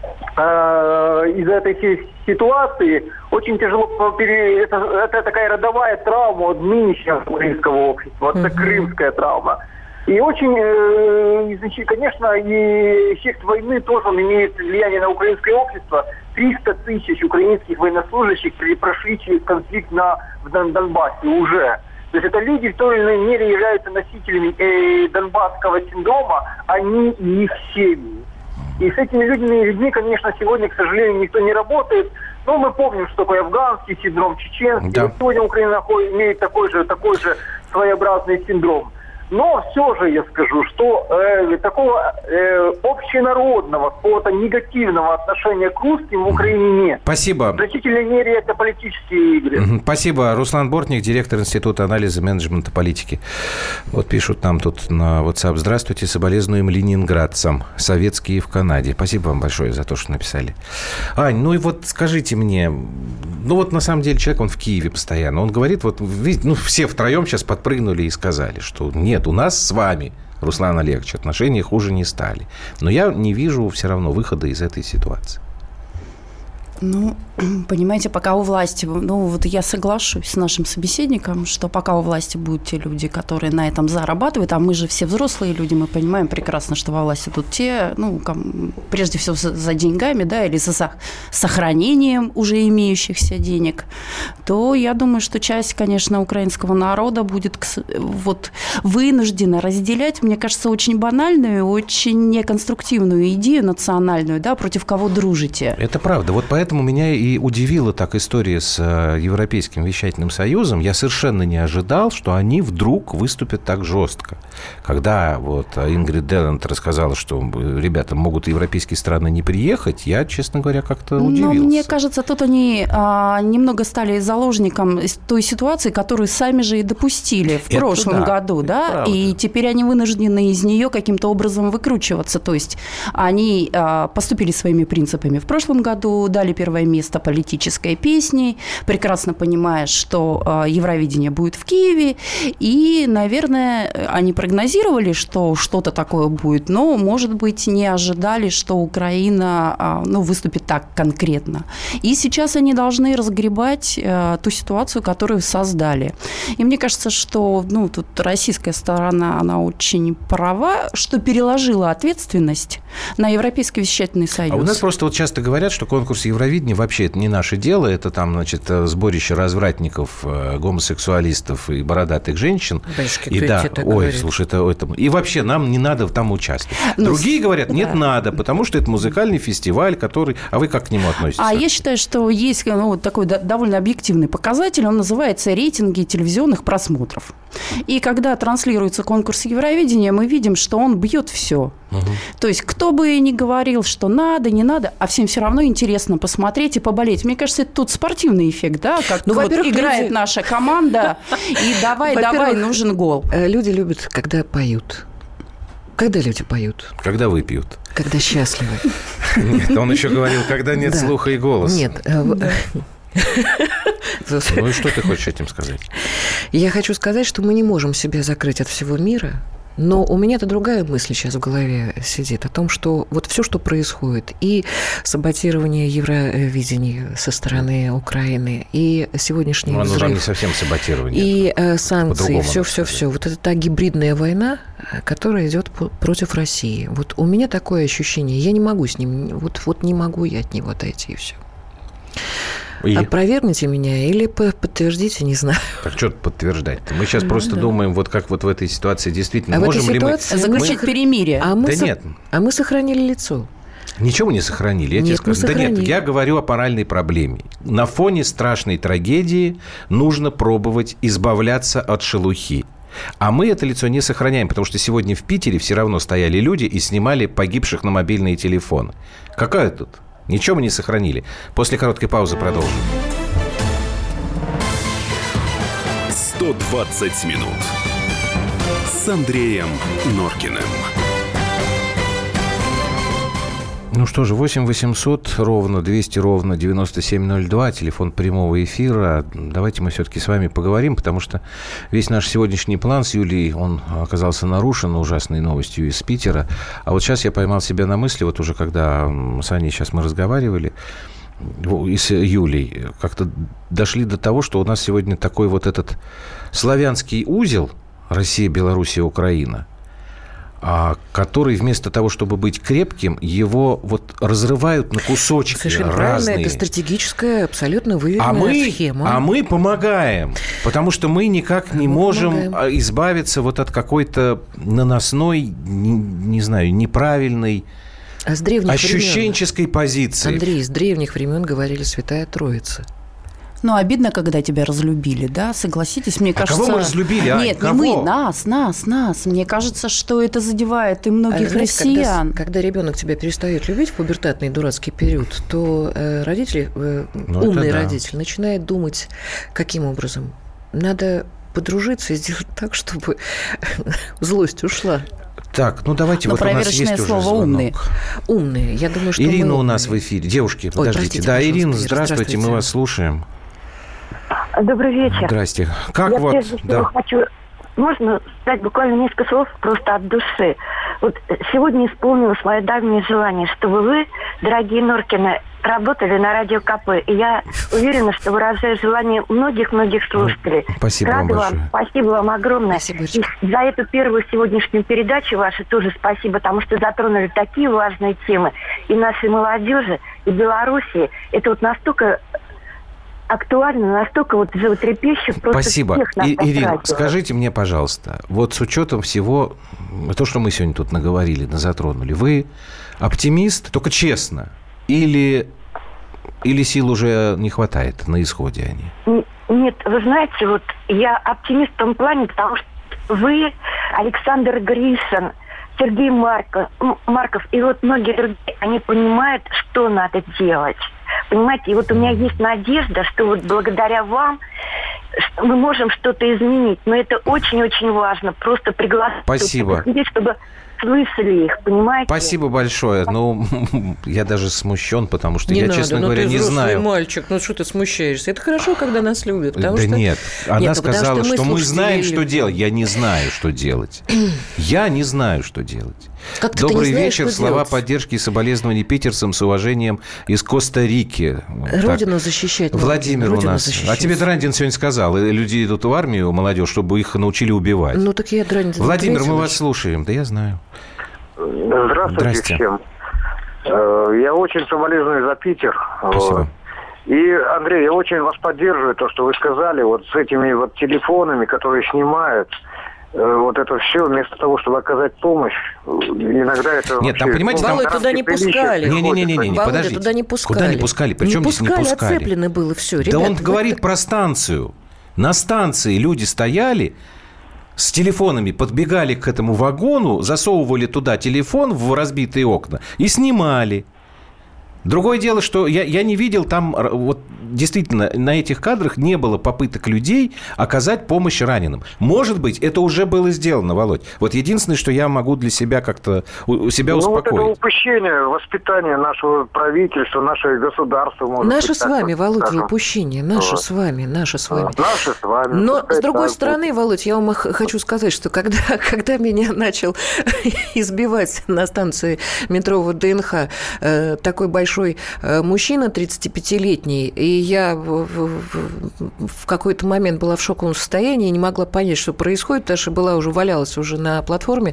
из-за этой ситуации. Очень тяжело, это такая родовая травма от нынешнего украинского общества, это крымская травма. И очень, конечно, и эффект войны тоже имеет влияние на украинское общество. 300 тысяч украинских военнослужащих прошли через конфликт в Донбассе уже. То есть это люди в той или иной мере являются носителями донбасского синдрома, они и их семьи. И с этими людьми, конечно, сегодня, к сожалению, никто не работает. Но мы помним, что такое афганский синдром, чеченский. Да. Сегодня Украина имеет такой же своеобразный синдром. Но все же я скажу, что такого общенародного, какого-то негативного отношения к русским в Украине нет. Спасибо. В значительной мере это политические игры. Спасибо. Руслан Бортник, директор Института анализа менеджмента политики. Вот пишут нам тут на WhatsApp: здравствуйте, соболезнуем ленинградцам, советские в Канаде. Спасибо вам большое за то, что написали. Ань, ну и вот скажите мне, на самом деле человек, он в Киеве постоянно, он говорит, все втроем сейчас подпрыгнули и сказали, что нет, у нас с вами, Руслан Олегович, отношения хуже не стали. Но я не вижу все равно выхода из этой ситуации. Понимаете, пока у власти, я соглашусь с нашим собеседником, что пока у власти будут те люди, которые на этом зарабатывают, а мы же все взрослые люди, мы понимаем прекрасно, что во власти тут те, прежде всего за деньгами, или за сохранением уже имеющихся денег, то я думаю, что часть, конечно, украинского народа будет вынуждена разделять, мне кажется, очень банальную, очень неконструктивную идею национальную, против кого дружите. Это правда. Вот поэтому меня и удивила так история с Европейским вещательным союзом. Я совершенно не ожидал, что они вдруг выступят так жестко. Когда Ингрид Деланд рассказала, что ребята могут европейские страны не приехать, я, честно говоря, как-то удивился. Но мне кажется, тут они немного стали заложником той ситуации, которую сами же и допустили в прошлом году, и теперь они вынуждены из нее каким-то образом выкручиваться. То есть они поступили своими принципами в прошлом году, дали первое место политической песней, прекрасно понимая, что Евровидение будет в Киеве, и, наверное, они прогнозировали, что что-то такое будет, но, может быть, не ожидали, что Украина выступит так конкретно. И сейчас они должны разгребать ту ситуацию, которую создали. И мне кажется, что тут российская сторона, она очень права, что переложила ответственность на Европейский вещательный союз. А у нас просто часто говорят, что конкурс Евровидения вообще это не наше дело, это там, значит, сборище развратников, гомосексуалистов и бородатых женщин. Слушай, это... И вообще нам не надо там участвовать. Другие говорят, нет, надо, потому что это музыкальный фестиваль, который... А вы как к нему относитесь? А я считаю, что есть такой довольно объективный показатель, он называется рейтинги телевизионных просмотров. И когда транслируется конкурс Евровидения, мы видим, что он бьет все. То есть, кто бы ни говорил, что надо, не надо, а всем все равно интересно посмотреть и поболеть. Мне кажется, это тут спортивный эффект, да? Как играет наша команда, и давай, нужен гол. Люди любят, когда поют. Когда люди поют? Когда выпьют. Когда счастливы. Нет, он еще говорил, когда нет слуха и голоса. Нет. Ну и что ты хочешь этим сказать? Я хочу сказать, что мы не можем себя закрыть от всего мира, но у меня-то другая мысль сейчас в голове сидит о том, что вот все, что происходит, и саботирование Евровидения со стороны Украины, и сегодняшний взрыв, оно не совсем саботирование, и санкции, все. Вот это та гибридная война, которая идет против России. Вот у меня такое ощущение, я не могу с ним, вот не могу я от него отойти, и все. Опровергните меня или подтвердите, не знаю. Так что подтверждать-то? Мы сейчас просто думаем, вот как вот в этой ситуации действительно можем ли мы... Заключить перемирие. Нет. А мы сохранили лицо. Ничего мы не сохранили. Я говорю о моральной проблеме. На фоне страшной трагедии нужно пробовать избавляться от шелухи. А мы это лицо не сохраняем, потому что сегодня в Питере все равно стояли люди и снимали погибших на мобильные телефоны. Какая тут? Ничего мы не сохранили. После короткой паузы продолжим. 120 минут с Андреем Норкиным. Ну что же, 8 800 ровно 200 ровно 9702, телефон прямого эфира. Давайте мы все-таки с вами поговорим, потому что весь наш сегодняшний план с Юлией, он оказался нарушен ужасной новостью из Питера. А вот сейчас я поймал себя на мысли, вот уже когда с Аней сейчас мы разговаривали, и с Юлей, как-то дошли до того, что у нас сегодня такой вот этот славянский узел Россия, Белоруссия, Украина, который вместо того, чтобы быть крепким, его вот разрывают на кусочки. Совершенно разные. Правильно, это стратегическая, абсолютно выверенная схема. А мы помогаем, потому что мы никак не можем избавиться вот от какой-то наносной, не знаю, неправильной, ощущенческой позиции. Андрей, с древних времен говорили «Святая Троица». Ну, обидно, когда тебя разлюбили, да? Согласитесь, мне кажется... Кого мы разлюбили? Нет, не мы, нас. Мне кажется, что это задевает и многих россиян. Когда ребенок тебя перестает любить в пубертатный дурацкий период, то родители, умный родитель, начинает думать, каким образом. Надо подружиться и сделать так, чтобы злость ушла. Так, давайте, вот у нас есть уже слово звонок. Умные. Я думаю, что Ирина у нас в эфире. Девушки, подождите. Да, Ирина, здравствуйте, мы вас слушаем. Добрый вечер. Здрасте. Как я вот... прежде всего хочу... Можно сказать буквально несколько слов просто от души. Вот сегодня исполнилось мое давнее желание, чтобы вы, дорогие Норкины, работали на радио КП. И я уверена, что выражаю желание многих-многих слушателей. Спасибо вам большое. Спасибо вам огромное. Спасибо, и за эту первую сегодняшнюю передачу вашу тоже спасибо, потому что затронули такие важные темы. И нашей молодежи, и Белоруссии. Это вот настолько... актуально, настолько вот животрепещет. Спасибо. Ирина, скажите мне, пожалуйста, вот с учетом всего, то, что мы сегодня тут наговорили, затронули, вы оптимист, только честно, или сил уже не хватает, на исходе они? Нет, вы знаете, вот я оптимист в том плане, потому что вы, Александр Гришин, Сергей Марков и вот многие другие, они понимают, что надо делать. Понимаете, и вот у меня есть надежда, что вот благодаря вам что мы можем что-то изменить. Но это очень-очень важно. Просто пригласить людей, чтобы слышали их, понимаете? Спасибо большое. Ну, я даже смущен, потому что я, честно говоря, не знаю. Мальчик, ну что ты смущаешься? Это хорошо, когда нас любят. Потому что... Нет, она сказала, что мы знаем, что делать. Я не знаю, что делать. Я не знаю, что делать. Добрый вечер. Слова поддержки и соболезнований питерцам с уважением из Коста-Рики. Родину защищать. Владимир у нас. А тебе Драндин сегодня сказал, люди идут в армию, молодежь, чтобы их научили убивать. Ну так я Драндин. Владимир, мы вас слушаем. Да я знаю. Здравствуйте всем. Я очень соболезную за Питер. Спасибо. И, Андрей, я очень вас поддерживаю, то, что вы сказали, вот с этими вот телефонами, которые снимают, вот это все, вместо того, чтобы оказать помощь, иногда это... Нет, там, понимаете, там... Володь, туда не пускали. Не-не-не, подождите. Туда не пускали. Куда не пускали? Причем здесь не пускали? Оцеплено было все. Да он говорит про станцию. На станции люди стояли... с телефонами, подбегали к этому вагону, засовывали туда телефон в разбитые окна и снимали. Другое дело, что я не видел там, вот действительно, на этих кадрах не было попыток людей оказать помощь раненым. Может быть, это уже было сделано, Володь. Вот единственное, что я могу для себя как-то себя успокоить. Вот это упущение воспитания нашего правительства, нашего государства. Наше с вами, Володь, упущение. Наше с вами. Наше с вами. Но, с другой стороны, Володь, я вам хочу сказать, что когда меня начал избивать на станции метро ВДНХ такой большой мужчина, 35-летний, и я в какой-то момент была в шоковом состоянии и не могла понять, что происходит, потому что валялась уже на платформе.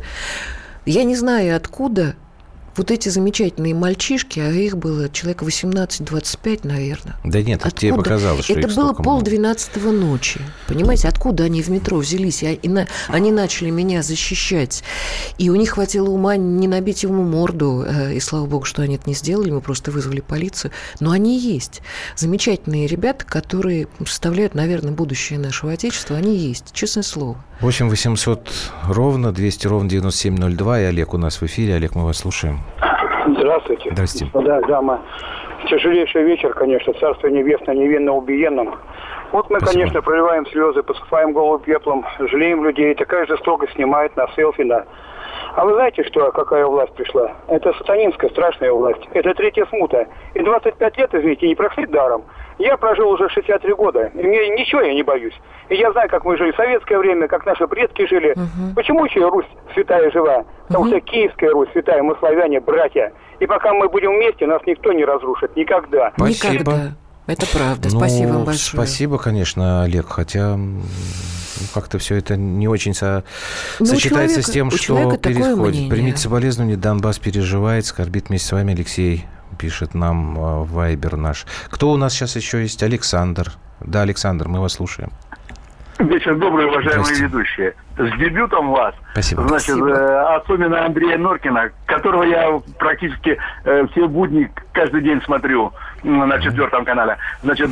Я не знаю, откуда вот эти замечательные мальчишки, а их было человек 18-25, наверное. Да нет, это тебе показалось, что это их было много. 11:30 ночи. Понимаете, откуда они в метро взялись? Они начали меня защищать. И у них хватило ума не набить ему морду. И слава богу, что они это не сделали. Мы просто вызвали полицию. Но они есть. Замечательные ребята, которые составляют, наверное, будущее нашего Отечества. Они есть. Честное слово. 8 800 ровно 200 ровно 9702. И Олег у нас в эфире. Олег, мы вас слушаем. Здравствуйте. Здравствуйте. Да, дама. Тяжелейший вечер, конечно. Царство небесное невинно убиенным. Вот мы, Спасибо. конечно, проливаем слезы, посыпаем голову пеплом, жалеем людей. Такая жестокость снимает на селфи, да. А вы знаете, какая власть пришла? Это сатанинская, страшная власть. Это третья смута. И 25 лет, извините, не прошли даром. Я прожил уже 63 года. И мне ничего я не боюсь. И я знаю, как мы жили в советское время, как наши предки жили. Угу. Почему еще Русь святая жива? Потому что Киевская Русь святая, мы славяне, братья. И пока мы будем вместе, нас никто не разрушит. Никогда. Спасибо. Никогда. Это правда. Спасибо вам большое. Спасибо, конечно, Олег. Хотя как-то все это не очень сочетается с тем, что происходит. Примите соболезнования, Донбасс переживает, скорбит вместе с вами. Алексей пишет нам в Вайбер наш. Кто у нас сейчас еще есть? Александр. Да, Александр, мы вас слушаем. Вечер добрый, уважаемые ведущие. С дебютом вас. Спасибо. Значит, особенно Андрея Норкина, которого я практически все будни каждый день смотрю на 4 канале. Значит,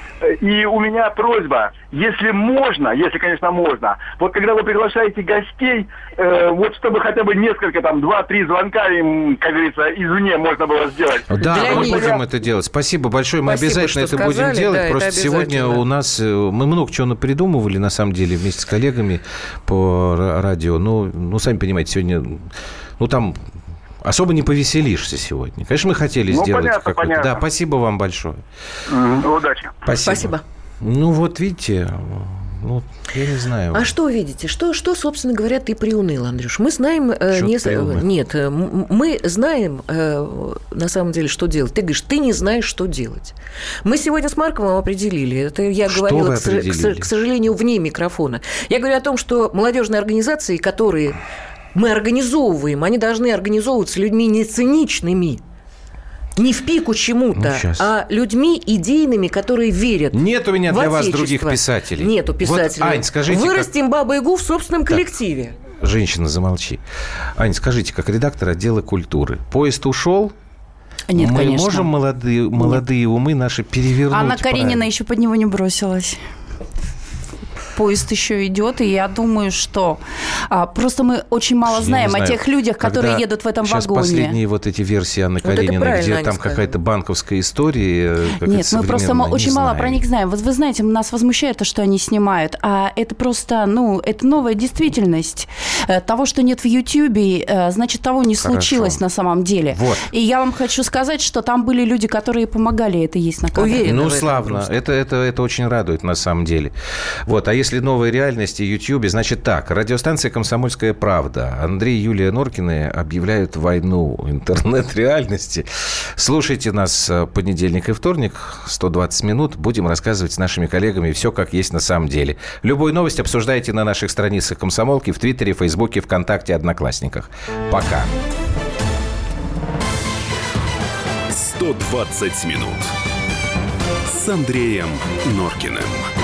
и у меня просьба, если можно, если, конечно, можно, вот когда вы приглашаете гостей, вот чтобы хотя бы несколько, там, 2-3 звонка им, как говорится, извне можно было сделать. Да, мы будем это делать. Спасибо большое. Мы обязательно это будем делать. Просто сегодня у нас, мы много чего напридумывали, на самом деле, вместе с коллегами по радио. Ну, сами понимаете, сегодня, там особо не повеселишься сегодня. Конечно, мы хотели сделать понятно. Да, спасибо вам большое. Удачи. Спасибо. Вот видите, я не знаю. А что видите? Что, собственно говоря, ты приуныл, Андрюш? Мы знаем... Нет, мы знаем, на самом деле, что делать. Ты говоришь, ты не знаешь, что делать. Мы сегодня с Марковым определили. Это я говорила, к сожалению, вне микрофона. Я говорю о том, что молодежные организации, которые мы организовываем, они должны организовываться людьми не циничными, не в пику чему-то, а людьми идейными, которые верят. Нет у меня для вас других писателей. Нету писателей. Вот, Ань, скажите, вырастим Бабу-Ягу в собственном коллективе. Женщина, замолчи. Ань, скажите, как редактор отдела культуры, поезд ушел? Нет, мы конечно. можем молодые умы наши перевернуть? Анна Каренина еще под него не бросилась. поезд еще идет, и я думаю, что просто мы очень мало знаем о тех людях, которые едут в этом сейчас вагоне. Сейчас последние вот эти версии Анны Карениной, где там какая-то банковская история. Нет, мы просто очень мало про них знаем. Вот вы знаете, нас возмущает то, что они снимают, а это просто, это новая действительность. Того, что нет в Ютьюбе, значит, того не случилось на самом деле. Вот. И я вам хочу сказать, что там были люди, которые помогали это есть на камере. Ну, славно. Это очень радует на самом деле. Вот. А если новая реальность и Ютьюбе, значит так. Радиостанция «Комсомольская правда». Андрей и Юлия Норкины объявляют войну интернет-реальности. Слушайте нас понедельник и вторник, 120 минут. Будем рассказывать с нашими коллегами все, как есть на самом деле. Любую новость обсуждайте на наших страницах «Комсомолки» в Твиттере, Фейсбуке, ВКонтакте, Одноклассниках. Пока. 120 минут с Андреем Норкиным.